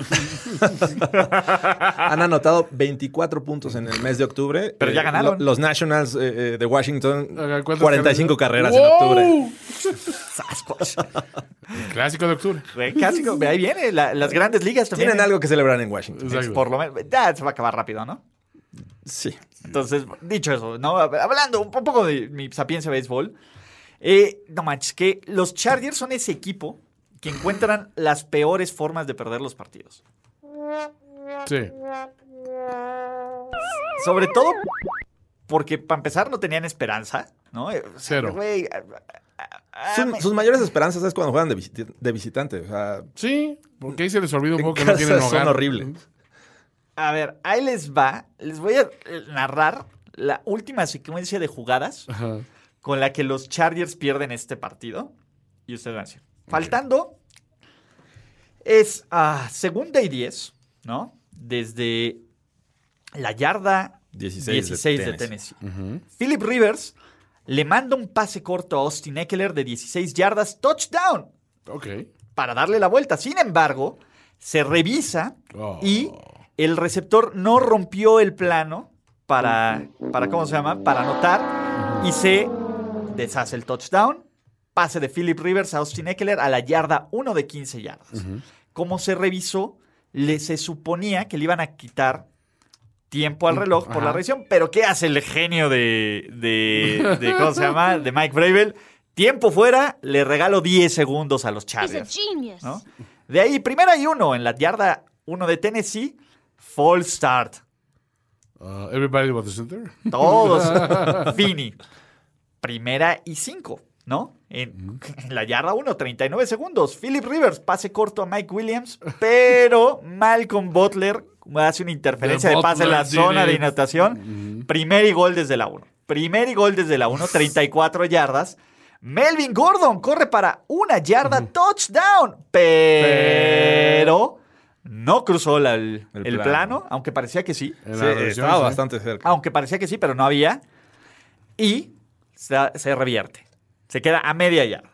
han anotado veinticuatro puntos en el mes de octubre. Pero ya Eh, ganaron. lo- los Nationals eh, eh, de Washington, Haga, ¿cuántas cuarenta y cinco carreras en ¡Wow! octubre. Sasquatch. Clásico de octubre. Güey, casi, como- ahí viene, la- las grandes ligas también. Tienen algo que celebrar en Washington. Exacto. Por lo menos, ya se va a acabar rápido, ¿no? Sí. Entonces, dicho eso, ¿no? Hablando un poco de mi sapiencia béisbol, eh, no manches, que los Chargers son ese equipo que encuentran las peores formas de perder los partidos. Sí. Sobre todo porque, para empezar, no tenían esperanza, ¿no? Eh, o sea, Cero. güey, ah, ah, ah, Sus, me- sus mayores esperanzas es cuando juegan de, visiti- de visitante. O sea, Sí, porque ahí se les olvida un en poco que no casa tienen son hogar. horribles. A ver, ahí les va. Les voy a eh, narrar la última secuencia de jugadas Ajá. con la que los Chargers pierden este partido. Y ustedes van a decir, faltando, es ah, segunda y diez, ¿no? Desde la yarda dieciséis, dieciséis de de Tennessee. Tennessee. Philip Rivers le manda un pase corto a Austin Eckler de dieciséis yardas, touchdown, Ok. para darle la vuelta. Sin embargo, se revisa Oh. y el receptor no rompió el plano para, para ¿cómo se llama? Para anotar y se deshace el touchdown. Pase de Philip Rivers a Austin Eckler a la yarda uno de quince yardas. Como se revisó, le, se suponía que le iban a quitar tiempo al reloj por Ajá. la revisión, pero ¿qué hace el genio de, de, de ¿cómo se llama? De Mike Vrabel? Tiempo fuera, le regalo diez segundos a los He's a Chargers. genius. ¿No? De ahí, primera y uno en la yarda uno de Tennessee, false start. Uh, everybody but the center. Todos. Fini. Primera y cinco, ¿no? En, en la yarda uno, treinta y nueve segundos. Philip Rivers, pase corto a Mike Williams, pero Malcolm Butler hace una interferencia The de pase en la Butler did zona de it. anotación. Primer y gol desde la uno. Primer y gol desde la uno, treinta y cuatro yardas. Melvin Gordon corre para una yarda, touchdown, pero no cruzó la- el, El el plano. plano, aunque parecía que sí. En Sí, la revisión, estaba sí. bastante cerca. Aunque parecía que sí, pero no había. Y se, se revierte. Se queda a media yarda.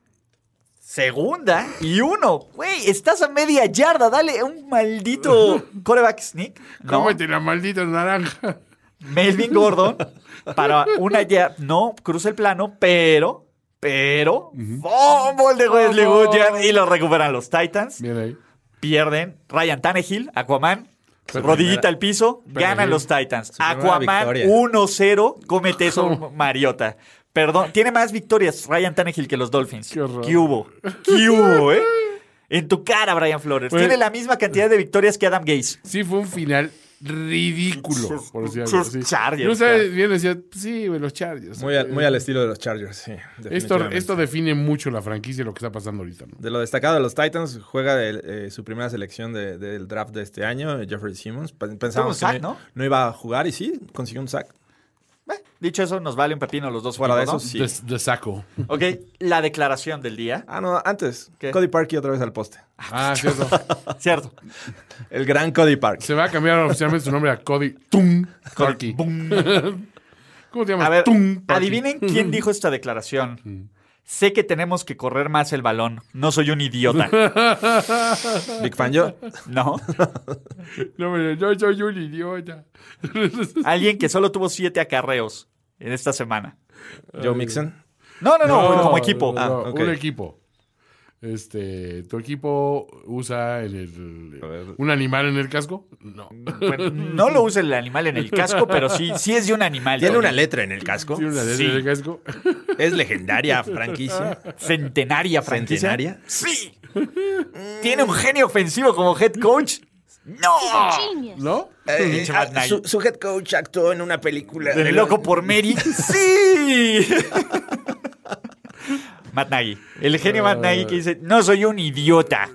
Segunda y uno. Güey, estás a media yarda. Dale un maldito quarterback sneak. No, Cómete la maldita naranja. Melvin Gordon para una yarda. No cruza el plano, pero... Pero... Fumble de Wesley Fumble. Woodyard y lo recuperan los Titans. Bien ahí. Pierden. Ryan Tannehill, Aquaman, Pero rodillita primera- al piso, ganan Tannehill. los Titans. Su primera Aquaman victoria. uno cero, comete eso Mariota. Perdón, tiene más victorias Ryan Tannehill que los Dolphins. Qué horror. ¿Qué hubo? ¿Qué hubo, eh? En tu cara, Brian Flores. Pues- Tiene la misma cantidad de victorias que Adam Gase. Sí, fue un final ridículo, por decir algo Sus así. Chargers, Yo sabía- cara. bien decía, sí, güey, los Chargers. Muy al, Eh, muy al estilo de los Chargers, sí. Esto, definitivamente. esto define mucho la franquicia y lo que está pasando ahorita, ¿no? De lo destacado de los Titans, juega el, eh, su primera selección de- del draft de este año, Jeffrey Simmons. Pe- Pensábamos Tuvo un que sack, no, ¿no? no iba a jugar y sí, consiguió un sack. Eh, dicho eso, nos vale un pepino los dos Fuera de equipos, eso, ¿no? sí. De, de saco. Ok, la declaración del día. Ah, no, antes. ¿Qué? Cody Parkey otra vez al poste. Ah, cierto. Cierto. El gran Cody Parkey. Se va a cambiar oficialmente su nombre a Cody Tum Parkey. ¿Cómo te llamas? A ver, Tum Parkey. adivinen quién dijo esta declaración. Sé que tenemos que correr más el balón. No soy un idiota. Big fan yo. ¿No? No, pero yo soy un idiota. Alguien que solo tuvo siete acarreos en esta semana. Joe Mixon. No, no, no, como equipo. no, Ah, no, ok. Un equipo. Este, ¿tu equipo usa en el, A ver. un animal en el casco? No. Bueno, no lo usa el animal en el casco, pero sí, sí es de un animal. ¿Tiene Tony. una letra en el casco? ¿Tiene una letra Sí. en el casco? ¿Es legendaria franquicia? Centenaria franquicia. ¿Centenaria? Sí. ¿Tiene un genio ofensivo como head coach? No. ¿No? Eh, Pinche ah, Matt Nagy. su, su head coach actuó en una película. ¿De loco por Mary? ¡Sí! Matt Nagy. El genio Matt Nagy que dice, no soy un idiota.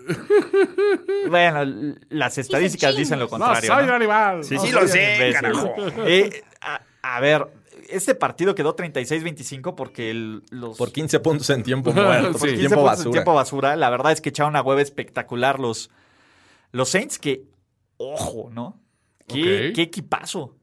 Bueno, las estadísticas dicen lo No, contrario. soy ¿no? un animal. Sí, No, sí, soy lo un sé, imbécil. carajo. Eh, a, a ver, este partido quedó treinta y seis veinticinco porque el- los... Por quince puntos en tiempo muerto. Sí. Por quince tiempo puntos en basura. tiempo basura. La verdad es que echaron una hueva espectacular los, los Saints que, ojo, ¿no? ¿Qué, Ok. qué equipazo.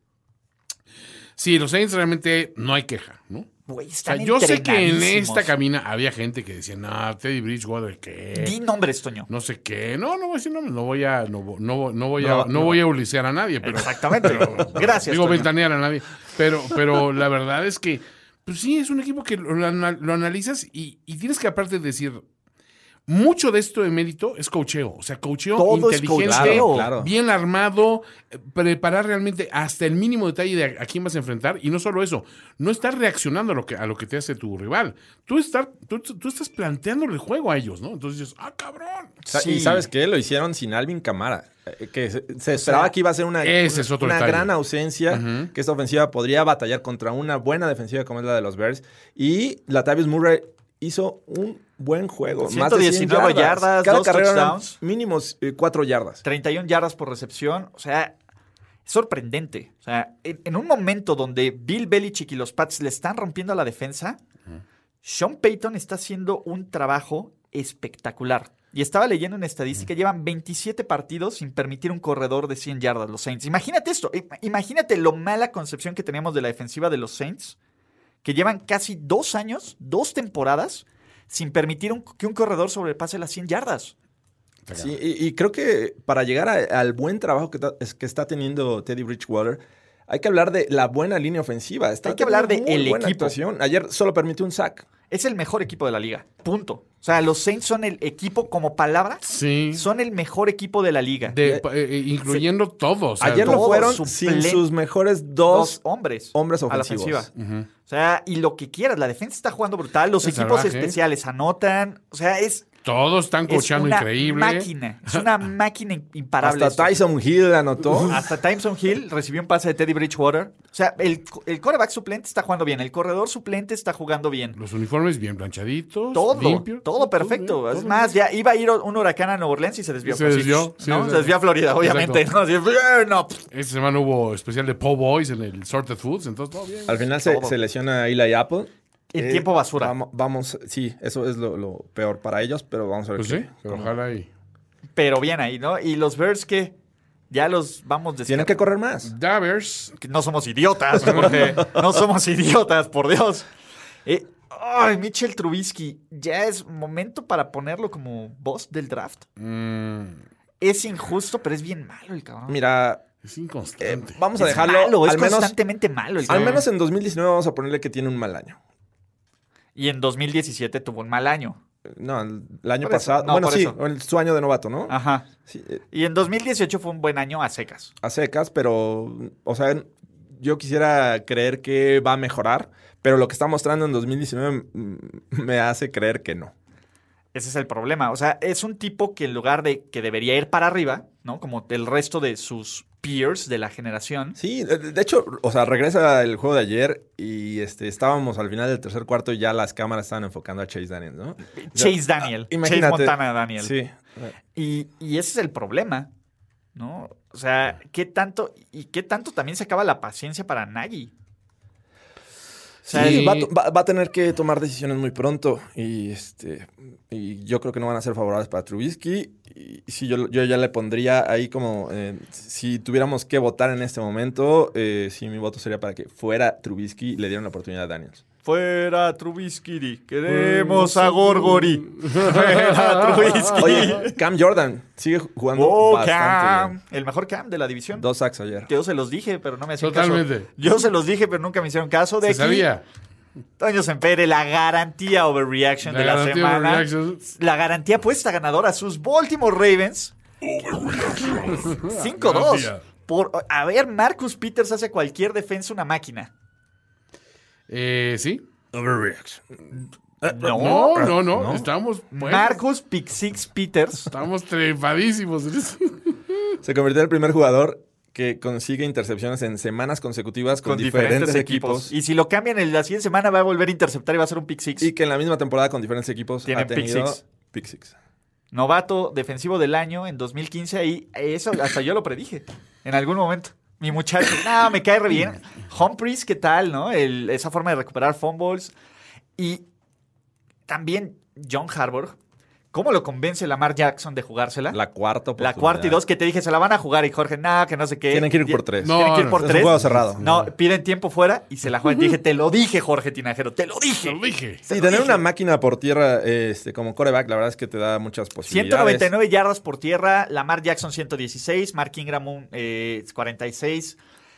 Sí, los Saints realmente no hay queja, ¿no? Güey, O están sea, yo sé que en entrenadísimos. esta cabina había gente que decía, no, Teddy Bridgewater, ¿qué? Di nombres, Toño. No sé qué. No, no voy a decir nombres. No voy a, no, vo- no, vo- no voy a, No, no, no. voy a ulisear a nadie, pero. Exactamente. Gracias, Digo, Toño. ventanear a nadie. Pero, pero la verdad es que, pues sí, es un equipo que lo, ana- lo analizas y, y tienes que aparte decir, mucho de esto de mérito es coacheo. O sea, coacheo Todo es inteligente, coacheo. Claro. bien armado, eh, preparar realmente hasta el mínimo detalle de a, a quién vas a enfrentar. Y no solo eso, no estar reaccionando a lo que, a lo que te hace tu rival. Tú, estar, tú, tú estás planteándole el juego a ellos, ¿no? Entonces dices, ¡ah, cabrón! Sa- Sí. ¿Y sabes qué? Lo hicieron sin Alvin Kamara. eh, Que se, se esperaba que iba a ser una, ese es otro una detalle. gran ausencia, que esta ofensiva podría batallar contra una buena defensiva como es la de los Bears. Y Latavius Murray hizo un buen juego. ciento diecinueve yardas, Cada dos carrera eran touchdowns. mínimos eh, cuatro yardas. treinta y una yardas por recepción. O sea, es sorprendente. O sea, en, en un momento donde Bill Belichick y los Pats le están rompiendo a la defensa, Sean Payton está haciendo un trabajo espectacular. Y estaba leyendo una estadística, llevan veintisiete partidos sin permitir un corredor de cien yardas los Saints. Imagínate esto, im- imagínate lo mala concepción que teníamos de la defensiva de los Saints, que llevan casi dos años, dos temporadas, sin permitir un- que un corredor sobrepase las cien yardas. Sí, y, y creo que para llegar a- al buen trabajo que, ta- es- que está teniendo Teddy Bridgewater, hay que hablar de la buena línea ofensiva. Está Hay que hablar teniendo de muy el buena equipo. actuación. Ayer solo permitió un sack. Es el mejor equipo de la liga, punto. O sea, los Saints son el equipo, como palabra, Sí. son el mejor equipo de la liga. De- pa- eh, eh, incluyendo todos. O sea, Ayer lo todos fueron suplentes. sin sus mejores Dos dos, hombres, hombres a la ofensivos. ofensiva. O sea, y lo que quieras, la defensa está jugando brutal, los Es equipos salvaje. especiales anotan, o sea, es, Todos están es coachando una increíble. máquina, es una máquina imparable. Hasta esto. Tyson Hill anotó. Hasta Tyson Hill recibió un pase de Teddy Bridgewater. O sea, el, el quarterback suplente está jugando bien, el corredor suplente está jugando bien. Los uniformes bien planchaditos. Todo, limpios, todo perfecto. bien, es todo más, bien. ya iba a ir un huracán a Nueva Orleans y se desvió. Se Así, desvió, sí, ¿no? o sea, se desvió a Florida, obviamente. exacto. ¿no? Así, no, pff. Esta semana hubo especial de Po' Boys en el Sorted Foods, entonces todo bien. Al final se, Todo. se lesiona Eli Apple. En Eh, tiempo basura. Vamos, vamos, sí, eso es lo, lo peor para ellos, pero vamos a ver Pues qué- sí, pero cómo- ojalá y... Pero bien ahí, ¿no? Y los Bears que ya los vamos Tienen descartando. que correr más. Davers. Que no somos idiotas, Jorge. No somos idiotas, por Dios. Eh, ay, Mitchell Trubisky. Ya es momento para ponerlo como boss del draft. mm, Es injusto, pero es bien malo el cabrón. Mira, es eh, inconstante. vamos a es dejarlo. malo, es al, menos, constantemente malo el al cabrón. menos en dos mil diecinueve vamos a ponerle que tiene un mal año. Y en dos mil diecisiete tuvo un mal año. No, el, el año Por eso, pasado. no, bueno, por sí, eso. el- su año de novato, ¿no? Ajá. Sí, eh, Y en dos mil dieciocho fue un buen año a secas. a secas, pero, o sea, yo quisiera creer que va a mejorar, pero lo que está mostrando en dos mil diecinueve mm, me hace creer que no. Ese es el problema. O sea, es un tipo que en lugar de que debería ir para arriba, ¿no? Como el resto de sus peers de la generación. Sí, de, de hecho, o sea, regresa el juego de ayer y este, estábamos al final del tercer cuarto y ya las cámaras estaban enfocando a Chase Daniels, ¿no? Chase Daniel. Ah, imagínate. Chase Montana Daniel. Sí. Y, y ese es el problema, ¿no? O sea, ¿qué tanto? Y qué tanto también se acaba la paciencia para Nagy. Sí, Sí. va, a to- va- va a tener que tomar decisiones muy pronto y este y yo creo que no van a ser favorables para Trubisky. Y sí, yo, yo ya le pondría ahí como eh, si tuviéramos que votar en este momento, eh, sí, mi voto sería para que fuera Trubisky y le dieran la oportunidad a Daniels. Fuera Trubisky. Queremos a Gorgori. Fuera Trubisky. Oye, Cam Jordan sigue jugando Oh, bastante Cam. bien. El mejor Cam de la división. Dos sacks ayer. Yo se los dije, pero no me hacían Totalmente. caso. Yo se los dije, pero nunca me hicieron caso. De Se aquí, sabía. Toño Sempere, la garantía overreaction La de la garantía semana. overreaction. La garantía puesta ganadora. Sus Baltimore Ravens. cinco dos. Garantía. Por, a ver, Marcus Peters hace cualquier defensa una máquina. Eh, sí. No. No, no, no. no. Estamos, pues, Marcus Pick Six Peters. estamos trepadísimos. en eso. Se convirtió en el primer jugador que consigue intercepciones en semanas consecutivas con, Con diferentes, equipos. Y si lo cambian en la siguiente semana, va a volver a interceptar y va a ser un pick six. Y que en la misma temporada con diferentes equipos Tiene ha tenido pick six. pick six. Novato defensivo del año en dos mil quince. Ahí, eso hasta yo lo predije en algún momento. Mi muchacho, no, me cae re bien. Humphries, ¿qué tal, no? El- esa forma de recuperar fumbles. Y también John Harbaugh. ¿Cómo lo convence Lamar Jackson de jugársela? La cuarta La oportunidad. cuarta y dos que te dije, se la van a jugar. Y Jorge, nada, que no sé qué. Tienen que ir Y- por tres. No, Tienen que ir por es un tres. juego cerrado. No, piden tiempo fuera y se la juegan. Te dije, te lo dije, Jorge Tinajero, te lo dije. Te lo dije. Sí, tener una máquina por tierra este, como quarterback, la verdad es que te da muchas posibilidades. ciento noventa y nueve yardas por tierra, Lamar Jackson ciento dieciséis, Mark Ingram un, eh, cuarenta y seis.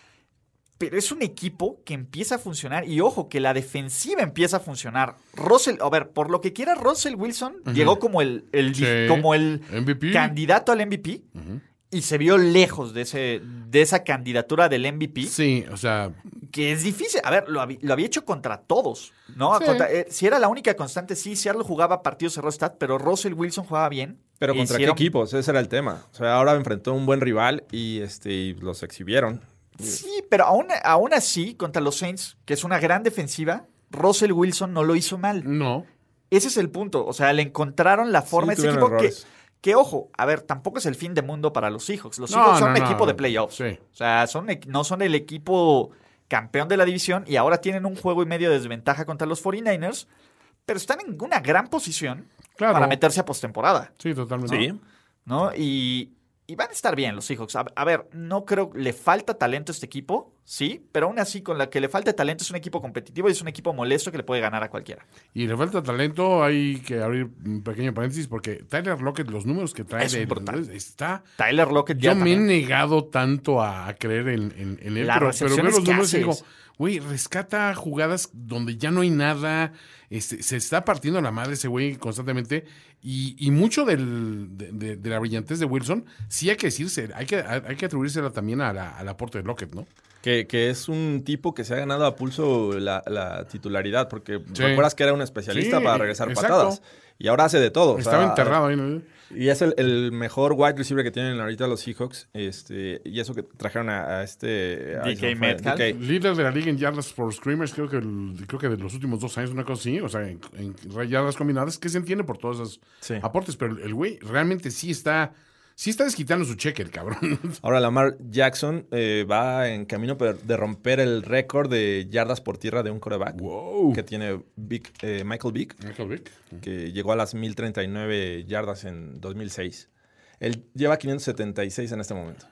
Pero es un equipo que empieza a funcionar. Y ojo, que la defensiva empieza a funcionar. Russell, a ver, por lo que quiera, Russell Wilson llegó como el, el- Sí. como el M V P. candidato al M V P. Y se vio lejos de, ese, de esa candidatura del M V P. Sí, o sea, Que es difícil. A ver, lo, habí- lo había hecho contra todos, ¿no? Sí. Contra- eh, si era la única constante, sí, Seattle jugaba partidos cerró stat, pero Russell Wilson jugaba bien. Pero ¿contra Hicieron- qué equipos? Ese era el tema. O sea, ahora enfrentó a un buen rival y, este, y los exhibieron. Sí, pero aún, aún así, contra los Saints, que es una gran defensiva, Russell Wilson no lo hizo mal. no. Ese es el punto. O sea, le encontraron la forma a Sí, ese tuvieron equipo que, errores. que, ojo, a ver, tampoco es el fin de mundo para los Seahawks. Los No, Seahawks son no, un no. equipo de playoffs. Sí. O sea, son, e- no son el equipo campeón de la división y ahora tienen un juego y medio de desventaja contra los cuarenta y nueve ers, pero están en una gran posición Claro. para meterse a postemporada, Sí, totalmente. Sí. ¿no? Y, y van a estar bien los Seahawks. A, a ver, no creo, le falta talento a este equipo, sí, pero aún así, con la que le falta talento es un equipo competitivo y es un equipo molesto que le puede ganar a cualquiera. Y le falta talento, hay que abrir un pequeño paréntesis porque Tyler Lockett, los números que trae Es de brutal. está. Tyler Lockett ya Yo me he también. negado tanto a, a creer en, en, en él, Las pero, pero veo recepciones los que números y digo, haces. güey, rescata jugadas donde ya no hay nada, este, se está partiendo la madre ese güey constantemente y, y mucho del, de, de- de la brillantez de Wilson, sí hay que decirse, hay que, hay que atribuírsela también a la- al aporte de Lockett, ¿no? Que, que es un tipo que se ha ganado a pulso la, la titularidad, porque Sí. recuerdas que era un especialista Sí, para regresar exacto. patadas. Y ahora hace de todo. o Estaba sea, enterrado ahí, ¿no? Y es el, el mejor wide receiver que tienen ahorita los Seahawks. Este, y eso que trajeron a, a este... a D K Isaiah Metcalf. D K. Líder de la liga en yardas por scrimmers, creo que, el- creo que de los últimos dos años, una cosa así, o sea, en, en yardas combinadas, que se entiende por todos esos Sí. aportes, pero el güey realmente sí está, sí está desquitando su cheque, el cabrón. Ahora Lamar Jackson eh, va en camino de romper el récord de yardas por tierra de un quarterback Wow. que tiene Vic, eh, Michael Vick, Michael Vick. que llegó a las mil treinta y nueve yardas en dos mil seis. Él lleva quinientos setenta y seis en este momento.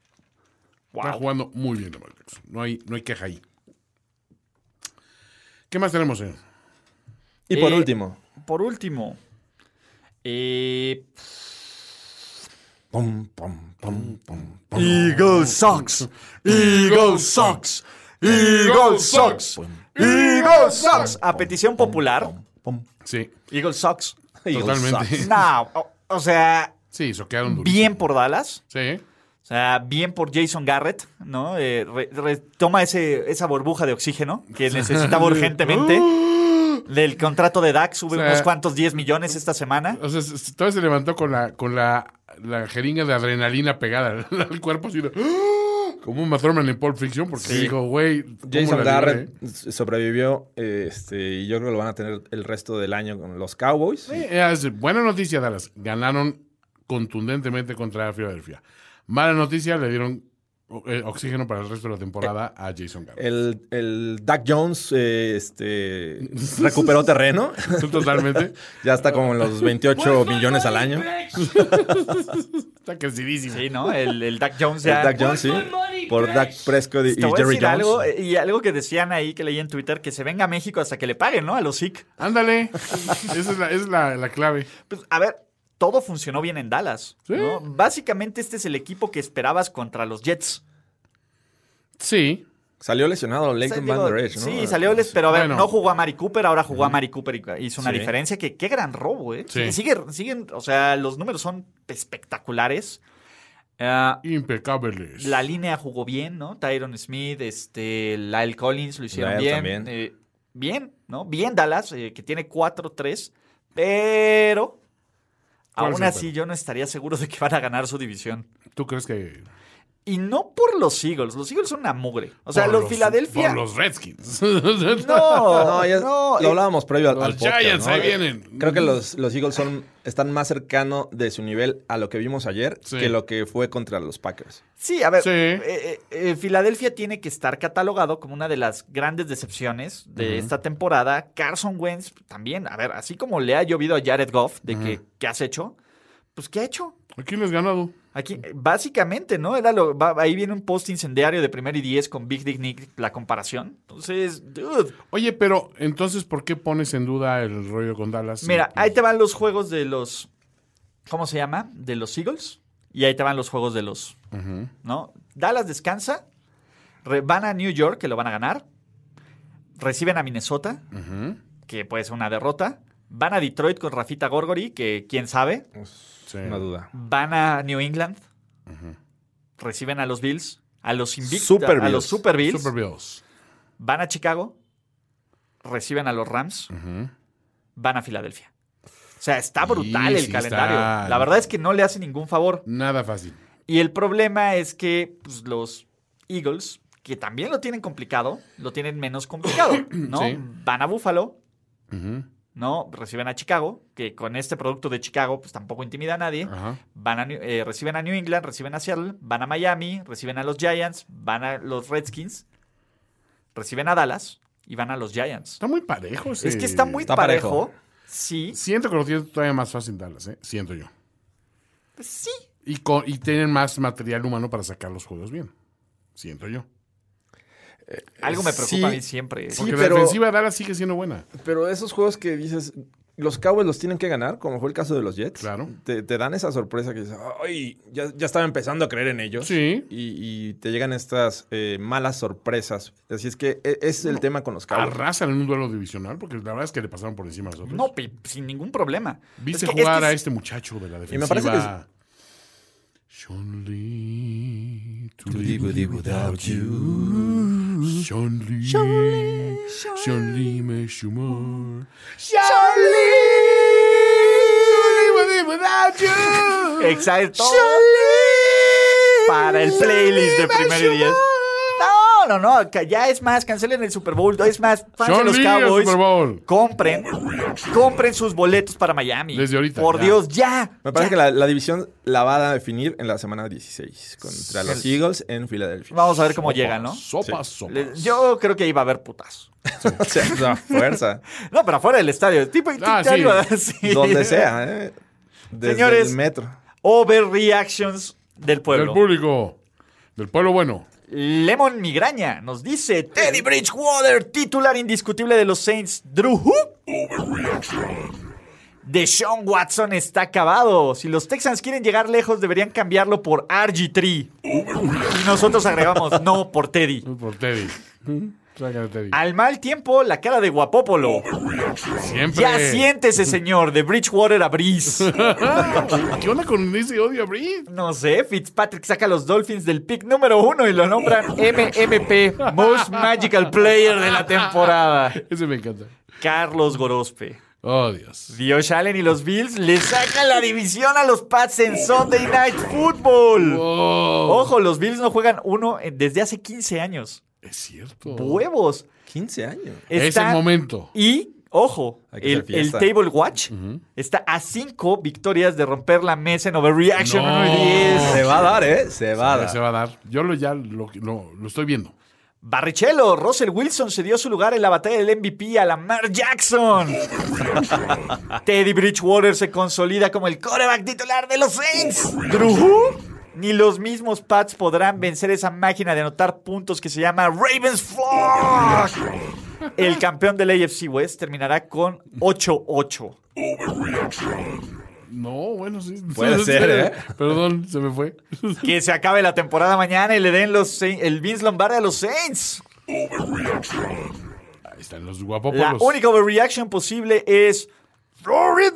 Está jugando muy bien Lamar Jackson. No hay, no hay queja ahí. ¿Qué más tenemos, señor? Y por Eh, último, Por último, eh, pum, pum, pum, pum, pum. Eagle Sox, Eagle Sox, Eagle Sox, Eagle Sox. A petición popular, Sí, Eagle Sox. Eagle totalmente. Sox. No, o, o sea, Sí, soquearon durísimo. bien por Dallas. Sí. O sea, bien por Jason Garrett, ¿no? Eh, re- re- toma ese, esa burbuja de oxígeno que necesitaba urgentemente. Del contrato de Dak sube O sea, unos cuantos diez millones esta semana. O sea, s- s- todavía se levantó con la, con la, la jeringa de adrenalina pegada al, al cuerpo, así de, ¡ah! Como un Mathorman en Pulp Fiction, porque Sí. dijo, güey, ¿cómo Jason la Garrett libré? s- sobrevivió eh, este, y yo creo que lo van a tener el resto del año con los Cowboys. Sí, es buena noticia, Dallas. Ganaron contundentemente contra Filadelfia. Mala noticia, le dieron eh, oxígeno para el resto de la temporada a Jason Garrett. El, el Dak Jones eh, este, recuperó terreno. Totalmente. Ya está como en los veintiocho millones al año. Está crecidísimo. Sí, ¿no? El, el Dak Jones El ya. Dak Jones, sí. por Dak Prescott y, Te voy a Jerry decir Jones. algo, eh, y algo que decían ahí, que leí en Twitter, que se venga a México hasta que le paguen, ¿no? A los Zeke. Ándale. Esa es la, esa es la, la clave. Pues, a ver, todo funcionó bien en Dallas, Sí. ¿no? Básicamente este es el equipo que esperabas contra los Jets. Sí. Salió lesionado O sea, Leighton digo, Van Der Esch, ¿no? Sí, salió, les, pero a ver, Bueno. no jugó a Mari Cooper, ahora jugó a Mari Cooper y hizo una Sí. diferencia. Que qué gran robo, ¿eh? Sí. Sigue, siguen, o sea, los números son espectaculares. Ah, Impecables. la línea jugó bien, ¿no? Tyron Smith, este, Lyle Collins lo hicieron Lyle bien. también. Eh, bien, ¿no? Bien Dallas, eh, que tiene cuatro tres, pero ¿Cuál aún es el así yo no estaría seguro de que van a ganar su división. ¿Tú crees que...? Y no por los Eagles, los Eagles son una mugre. O sea, por los, Philadelphia... Por los Redskins. No, No, ya no, lo eh, hablábamos previo al, Los al podcast, Giants ¿no? ahí vienen. Creo que los, los Eagles son, están más cercanos de su nivel a lo que vimos ayer Sí. que lo que fue contra los Packers. Sí, a ver, Sí. eh, eh, eh, Filadelfia tiene que estar catalogado como una de las grandes decepciones de esta temporada. Carson Wentz también, a ver, así como le ha llovido a Jared Goff de que, ¿qué has hecho? Pues, ¿qué ha hecho? ¿A quién les ganado? Aquí, eh, básicamente, ¿no? Era lo, va- ahí viene un post incendiario de primer y diez con Big Dick Nick, la comparación. Entonces, dude. Oye, pero entonces, ¿por qué pones en duda el rollo con Dallas? Mira, Sí, ahí te van los juegos de los, ¿cómo se llama? De los Eagles. Y ahí te van los juegos de los, Ujú. ¿no? Dallas descansa, re- van a New York, que lo van a ganar, reciben a Minnesota, Ujú. que puede ser una derrota, van a Detroit con Rafita Gorgori, que quién sabe, Sí. Una duda. van a New England, reciben a los Bills, a los Invicta, Super a los Bills. Super Bills, Super Bills. van a Chicago, reciben a los Rams, Ujú. van a Filadelfia. O sea, está brutal Sí, el sí calendario. está. La verdad es que no le hace ningún favor. Nada fácil. Y el problema es que pues, los Eagles, que también lo tienen complicado, lo tienen menos complicado, ¿no? Sí. Van a Buffalo, Ujú. ¿no? Reciben a Chicago, que con este producto de Chicago pues tampoco intimida a nadie. Ajá. Van a, New- eh, reciben a New England, reciben a Seattle, van a Miami, reciben a los Giants, van a los Redskins, reciben a Dallas y van a los Giants. Está muy parejo ese... Es que está muy Está parejo. parejo. Sí, Siento que lo tienen todavía más fácil Dallas, ¿eh? Siento yo. pues sí. Y, con- y tienen más material humano para sacar los juegos bien. Siento yo. Algo me preocupa Sí. a mí siempre. Sí, Porque la pero- defensiva de Dallas sigue siendo buena. Pero esos juegos que dices, los Cowboys los tienen que ganar, como fue el caso de los Jets. Claro. Te, te dan esa sorpresa que dices, ay, ya, ya estaba empezando a creer en ellos. Sí. Y, y te llegan estas eh, malas sorpresas. Así es que e- es el tema con los Cowboys. Arrasan en un duelo divisional, porque la verdad es que le pasaron por encima a nosotros. No, pi- sin ningún problema. Viste Es que- jugar es que a es- este muchacho de la defensiva. Y me parece que es- Sean Lee, to live without you. Sean Lee, Sean Lee Meshumar. Sean Lee, without you. Exacto. Para el playlist de primer y diez. No, no, no. que Ya es más, cancelen el Super Bowl. Es más, fans de Sean los Lee al Cowboys. Super Bowl. Compren. Compren sus boletos para Miami. Desde ahorita, Por ya. Dios, ya. Me parece ya. que la, la división la va a definir en la semana dieciséis contra los Eagles en Filadelfia. Vamos a ver cómo llegan, ¿no? Sopas, Sí. sopas. Le- Yo creo que ahí va a haber putas. O sea, no, fuerza. No, pero afuera del estadio. Tipo, Ah, tipo, sí. algo así. Donde sea, ¿eh? Desde Señores, el metro. Overreactions del pueblo. Del público. Del pueblo bueno. Lemon Migraña nos dice Teddy Bridgewater, titular indiscutible de los Saints. Drew Who? Deshaun Watson está acabado. Si los Texans quieren llegar lejos, deberían cambiarlo por R G tres. Y nosotros agregamos, no, por Teddy. Por Teddy. Sacan a Teddy. Al mal tiempo, la cara de Guapopolo. Siempre. Ya siéntese, señor, de Bridgewater a Breeze. ¿Qué onda con ese odio a Breeze? No sé, Fitzpatrick saca a los Dolphins del pick número uno y lo nombran M M P, Most Magical Player de la temporada. Ese me encanta. Carlos Gorospe. Oh, Dios. Josh Allen y los Bills le sacan la división a los Pats en Sunday Night Football. Oh, Ojo, los Bills no juegan uno en- desde hace quince años. es cierto. Huevos. quince años. Es el Están- momento. Y, ojo, Hay que el, hacer el fiesta. Table Watch está a cinco victorias de romper la mesa en Overreaction No. uno y diez. Se va a dar, ¿eh? Se va a dar. Se va a dar. Yo lo, ya lo, lo, lo estoy viendo. Barrichello, Russell Wilson se dio su lugar en la batalla del M V P a Lamar Jackson. Teddy Bridgewater se consolida como el quarterback titular de los Saints. Drew Who? Ni los mismos Pats podrán vencer esa máquina de anotar puntos que se llama Ravens Flock. El campeón del A F C West terminará con ocho ocho. No, bueno, sí. Puede ser, ¿eh? Perdón, se me fue. Que se acabe la temporada mañana y le den los Saints- el Vince Lombardi a los Saints. Ahí están los La guapópolos. única overreaction posible es Florida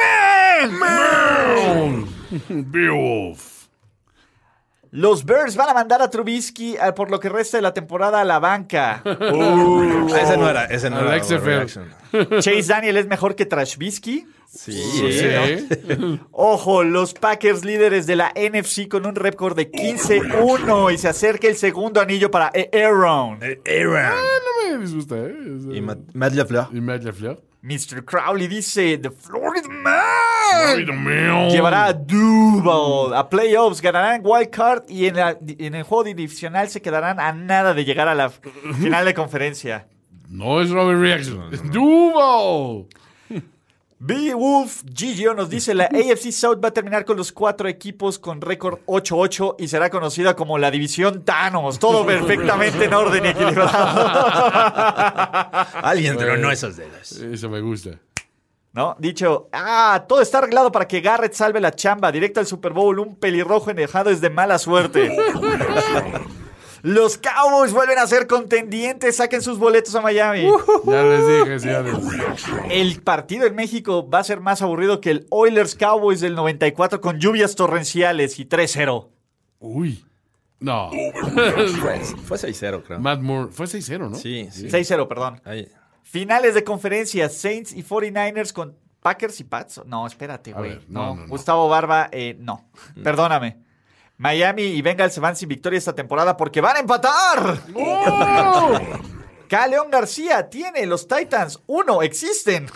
Man. Beowulf. Los Bears van a mandar a Trubisky a- por lo que resta de la temporada a la banca. Uh, ese no era, ese no Al era. X F L. overreaction. Chase Daniel es mejor que Trubisky. Sí, Sí. ¿eh? Ojo, los Packers líderes de la N F C con un récord de quince uno y se acerca el segundo anillo para Aaron. Aaron. No me disgusta, ¿eh? Y Matt, Matt LaFleur. Y Matt LaFleur. mister Crowley dice, The Florida Ay, Man Dios mío. llevará a Duval a playoffs, ganarán wild card y en, la- en el juego divisional se quedarán a nada de llegar a la final de conferencia. No es Robert Reaction. Es Duval. Beowulf Gigio nos dice la A F C South va a terminar con los cuatro equipos con récord ocho ocho y será conocida como la división Thanos. Todo perfectamente en orden y equilibrado. Alguien tronó esos dedos. Eso me gusta. ¿No? Dicho, ah, todo está arreglado para que Garrett salve la chamba. Directo al Super Bowl, un pelirrojo enojado es de mala suerte. Los Cowboys vuelven a ser contendientes. Saquen sus boletos a Miami. Ya les dije, señores. El partido en México va a ser más aburrido que el Oilers Cowboys del noventa y cuatro con lluvias torrenciales y tres cero. Uy. No. Fue, fue seis cero, creo. Matt Moore. Fue seis cero, ¿no? Sí, sí. seis cero, perdón. Ahí. Finales de conferencia, Saints y cuarenta y nueve ers con Packers y Pats. No, espérate, A güey. ver, No, no, no, no. Gustavo Barba, eh, no. Perdóname. Miami y Bengals se van sin victoria esta temporada porque van a empatar. ¡Oh! León García tiene los Titans. Uno, existen.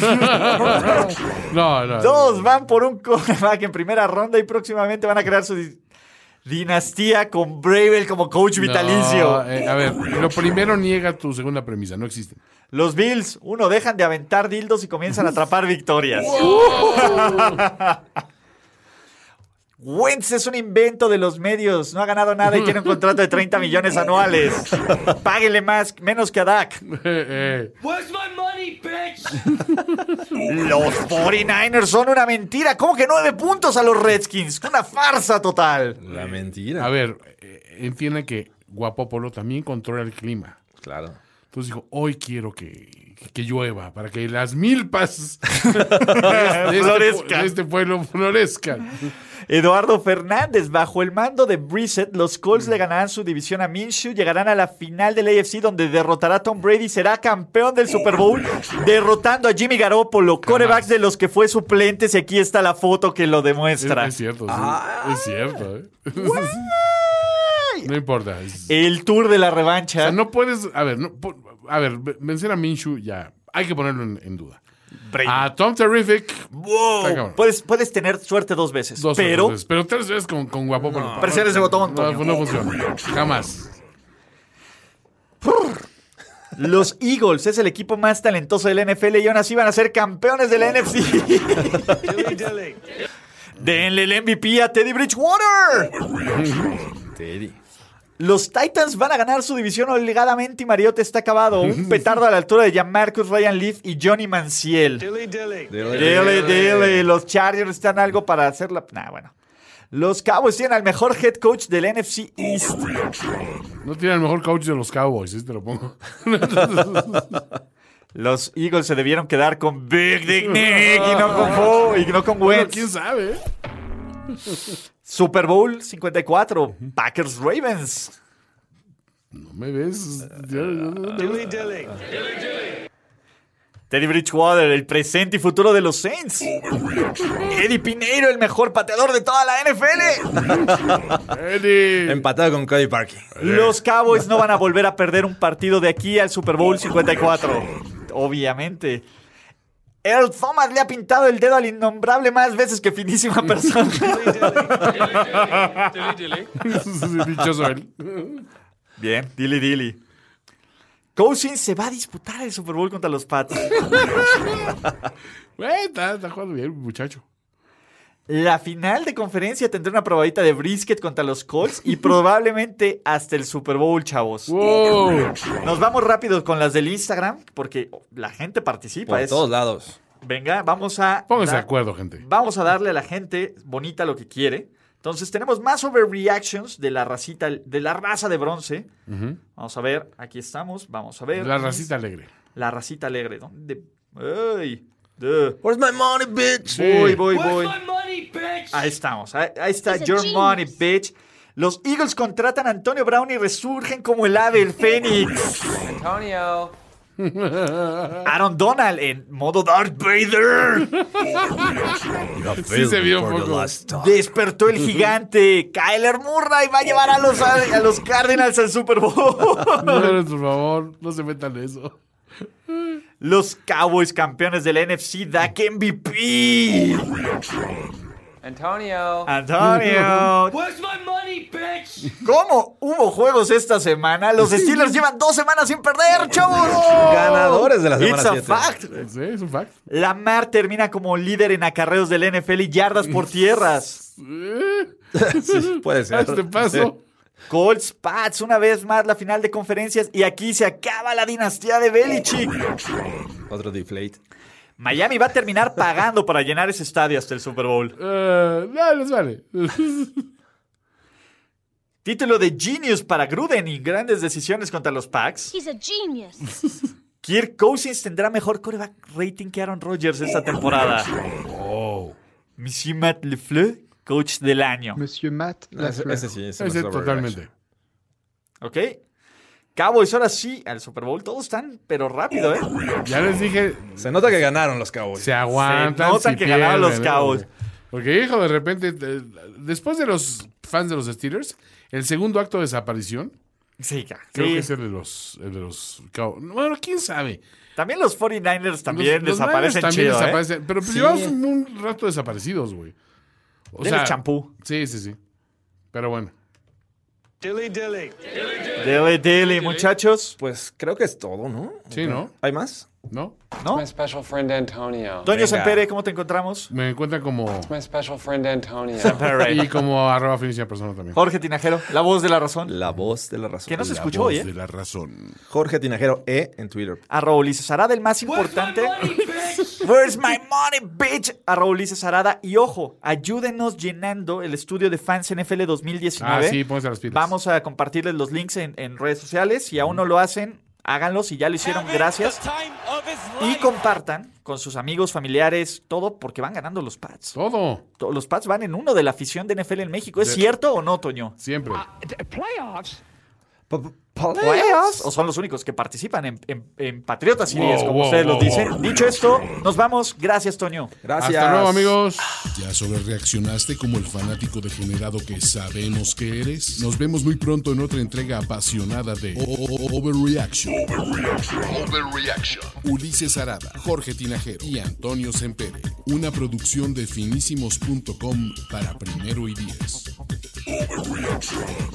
No, no. Dos, van por un quarterback en primera ronda y próximamente van a crear su di- dinastía con Bravel como coach vitalicio. No, eh, a ver, lo primero niega tu segunda premisa. No existen. Los Bills, uno, dejan de aventar dildos y comienzan a atrapar victorias. Wentz es un invento de los medios. No ha ganado nada y tiene un contrato de treinta millones anuales. Páguele más, menos que a Dak. Eh, eh. Los cuarenta y nueve ers son una mentira. ¿Cómo que nueve puntos a los Redskins? Una farsa total. La mentira. A ver, eh, entiende que Guapopolo también controla el clima. Claro. Entonces dijo, hoy quiero que, que llueva para que las milpas de, de este, Florezcan. pu- de este pueblo florezcan. Eduardo Fernández, bajo el mando de Brissett, los Colts le ganarán su división a Minshew, llegarán a la final del A F C donde derrotará a Tom Brady, será campeón del Super Bowl, derrotando a Jimmy Garoppolo, quarterback de los que fue suplentes, y aquí está la foto que lo Es, demuestra. es cierto, sí. Ah. Es cierto. ¿eh? No importa. es- El tour de la o revancha. sea, no puedes, a ver, no, po- a ver, ve- vencer a Minshew ya, hay que ponerlo en, en duda. Brady. A Tom Terrific, Wow. está cabrón. Puedes, puedes tener suerte dos veces, dos pero veces, pero tres veces con, con Guapopolo. presiones de botón, No, Antonio. no funciona. Jamás. los Eagles es el equipo más talentoso de la N F L y aún así van a ser campeones de la N F C. Denle el M V P a Teddy Bridgewater. Teddy. Los Titans van a ganar su división obligadamente y Mariota está acabado. Un petardo a la altura de Jamarcus Ryan Leaf y Johnny Manziel. Dele, dele. Los Chargers están algo para hacer la... Nah, bueno. Los Cowboys tienen al mejor head coach del N F C East. No tiene el mejor coach de los Cowboys, ¿sí? Te lo pongo. Los Eagles se debieron quedar con Big Dick Nick y no con, Fo- y no con Bueno, Wentz. quién sabe. ¿eh? Super Bowl cincuenta y cuatro. Packers Ravens. No me ves. Ya, ya, ya. Teddy Bridgewater, el presente y futuro de los Saints. Eddie Pineiro, el mejor pateador de toda la N F L. Eddie. Empatado con Cody Parkey. Los Cowboys no van a volver a perder un partido de aquí al Super Bowl cincuenta y cuatro. Obviamente. Earl Thomas le ha pintado el dedo al innombrable más veces que finísima persona. Dichoso él. Bien, dilly dilly. Cousins se va a disputar el Super Bowl contra los Pats. Güey, está, está jugando bien, muchacho. La final de conferencia tendrá una probadita de brisket contra los Colts y probablemente hasta el Super Bowl, chavos. Wow. Nos vamos rápido con las del Instagram porque la gente participa. Por es... todos lados. Venga, vamos a... Pónganse de dar- acuerdo, gente. Vamos a darle a la gente bonita lo que quiere. Entonces tenemos más overreactions de la racita, de la raza de bronce. Ujú. Vamos a ver, aquí estamos. Vamos a ver. La racita alegre. La racita alegre. ¿Dónde? Ay, duh. Where's my money, bitch? Voy, voy, voy. Ahí estamos. Ahí, ahí está He's a Your genius. Money, bitch. Los Eagles contratan a Antonio Brown y resurgen como el ave, el Fénix. Antonio. Aaron Donald en modo Darth Vader. Sí se vio un poco. Despertó el gigante. Kyler Murray va a llevar a los, a los Cardinals al Super Bowl. No, por favor, no se metan en eso. Los Cowboys campeones del N F C, Dak M V P. Antonio. Antonio. Where's my money, bitch? ¿Cómo? Hubo juegos esta semana. Los Steelers llevan dos semanas sin perder, chavos. Ganadores de la semana It's a siete. fact. Sí, es un fact. Lamar termina como líder en acarreos del N F L y yardas por tierras. Sí, puede ser. Hazte paso. Colts, Pats, una vez más la final de conferencias y aquí se acaba la dinastía de Belichick. Otro deflate. Miami va a terminar pagando para llenar ese estadio hasta el Super Bowl. Eh, no, les vale. Título de Genius para Gruden y grandes decisiones contra los Packs. He's a genius. Kirk Cousins tendrá mejor quarterback rating que Aaron Rodgers esta temporada. Monsieur Matt LeFleur, coach del año. Monsieur Matt Ese, Lafleur. ese sí, ese, Ese no es totalmente. ¿Ok? Cowboys ahora sí al Super Bowl. Todos están, pero rápido, ¿eh? Ya les dije, Se nota que ganaron los Cowboys. se aguantan. Se nota si que ganaron los pierden, ¿no? Cowboys. Porque, hijo, de repente, eh, después de los fans de los Steelers, el segundo acto de desaparición, Sí, ca- creo sí. que es el de los, el de los Cowboys. Bueno, quién sabe. También los cuarenta y nueve ers también Los- los desaparecen Niners también chido, desaparecen. Pero pues Sí. llevamos un, un rato desaparecidos, güey. O Denle champú. Sí, sí, sí. Pero bueno. Dele, dele, muchachos. Pues creo que es todo, ¿no? Sí, ¿no? ¿Hay más? ¿No? ¿No? My special friend Antonio. Toño Venga. Sempere, ¿cómo te encontramos? Me encuentran como... My special friend Antonio. Y como arroba finísima persona también. Jorge Tinajero, la voz de la razón. La voz de la razón. Que no se La escuchó voz hoy, ¿eh? de la razón. Jorge Tinajero E en Twitter. Arroba Ulises Arada, el más importante. Where's my money, bitch? Arroba Ulises Arada. Y ojo, ayúdenos llenando el estudio de Fans N F L dos mil diecinueve. Ah, sí, pónganse las pilas. Vamos a compartirles los links en, en redes sociales. Si aún no lo hacen, háganlo. Si ya lo hicieron, gracias. Y compartan con sus amigos, familiares, todo, porque van ganando los Pats. Todo. To- Los Pats van en uno de la afición de N F L en México. ¿Es cierto o no, Toño? Siempre. ¿Playoffs? ¿O son los únicos que participan en, en- en Patriotas y Días, Wow, como wow, ustedes wow, lo dicen? wow. Dicho esto, nos vamos. Gracias, Toño. Gracias. Hasta luego, amigos. ¿Ya sobrereaccionaste como el fanático degenerado que sabemos que eres? Nos vemos muy pronto en otra entrega apasionada de O- O- Overreaction. Overreaction. Ulises Arada, Jorge Tinajero y Antonio Sempere. Una producción de finísimos punto com para Primero y Diez. Overreaction.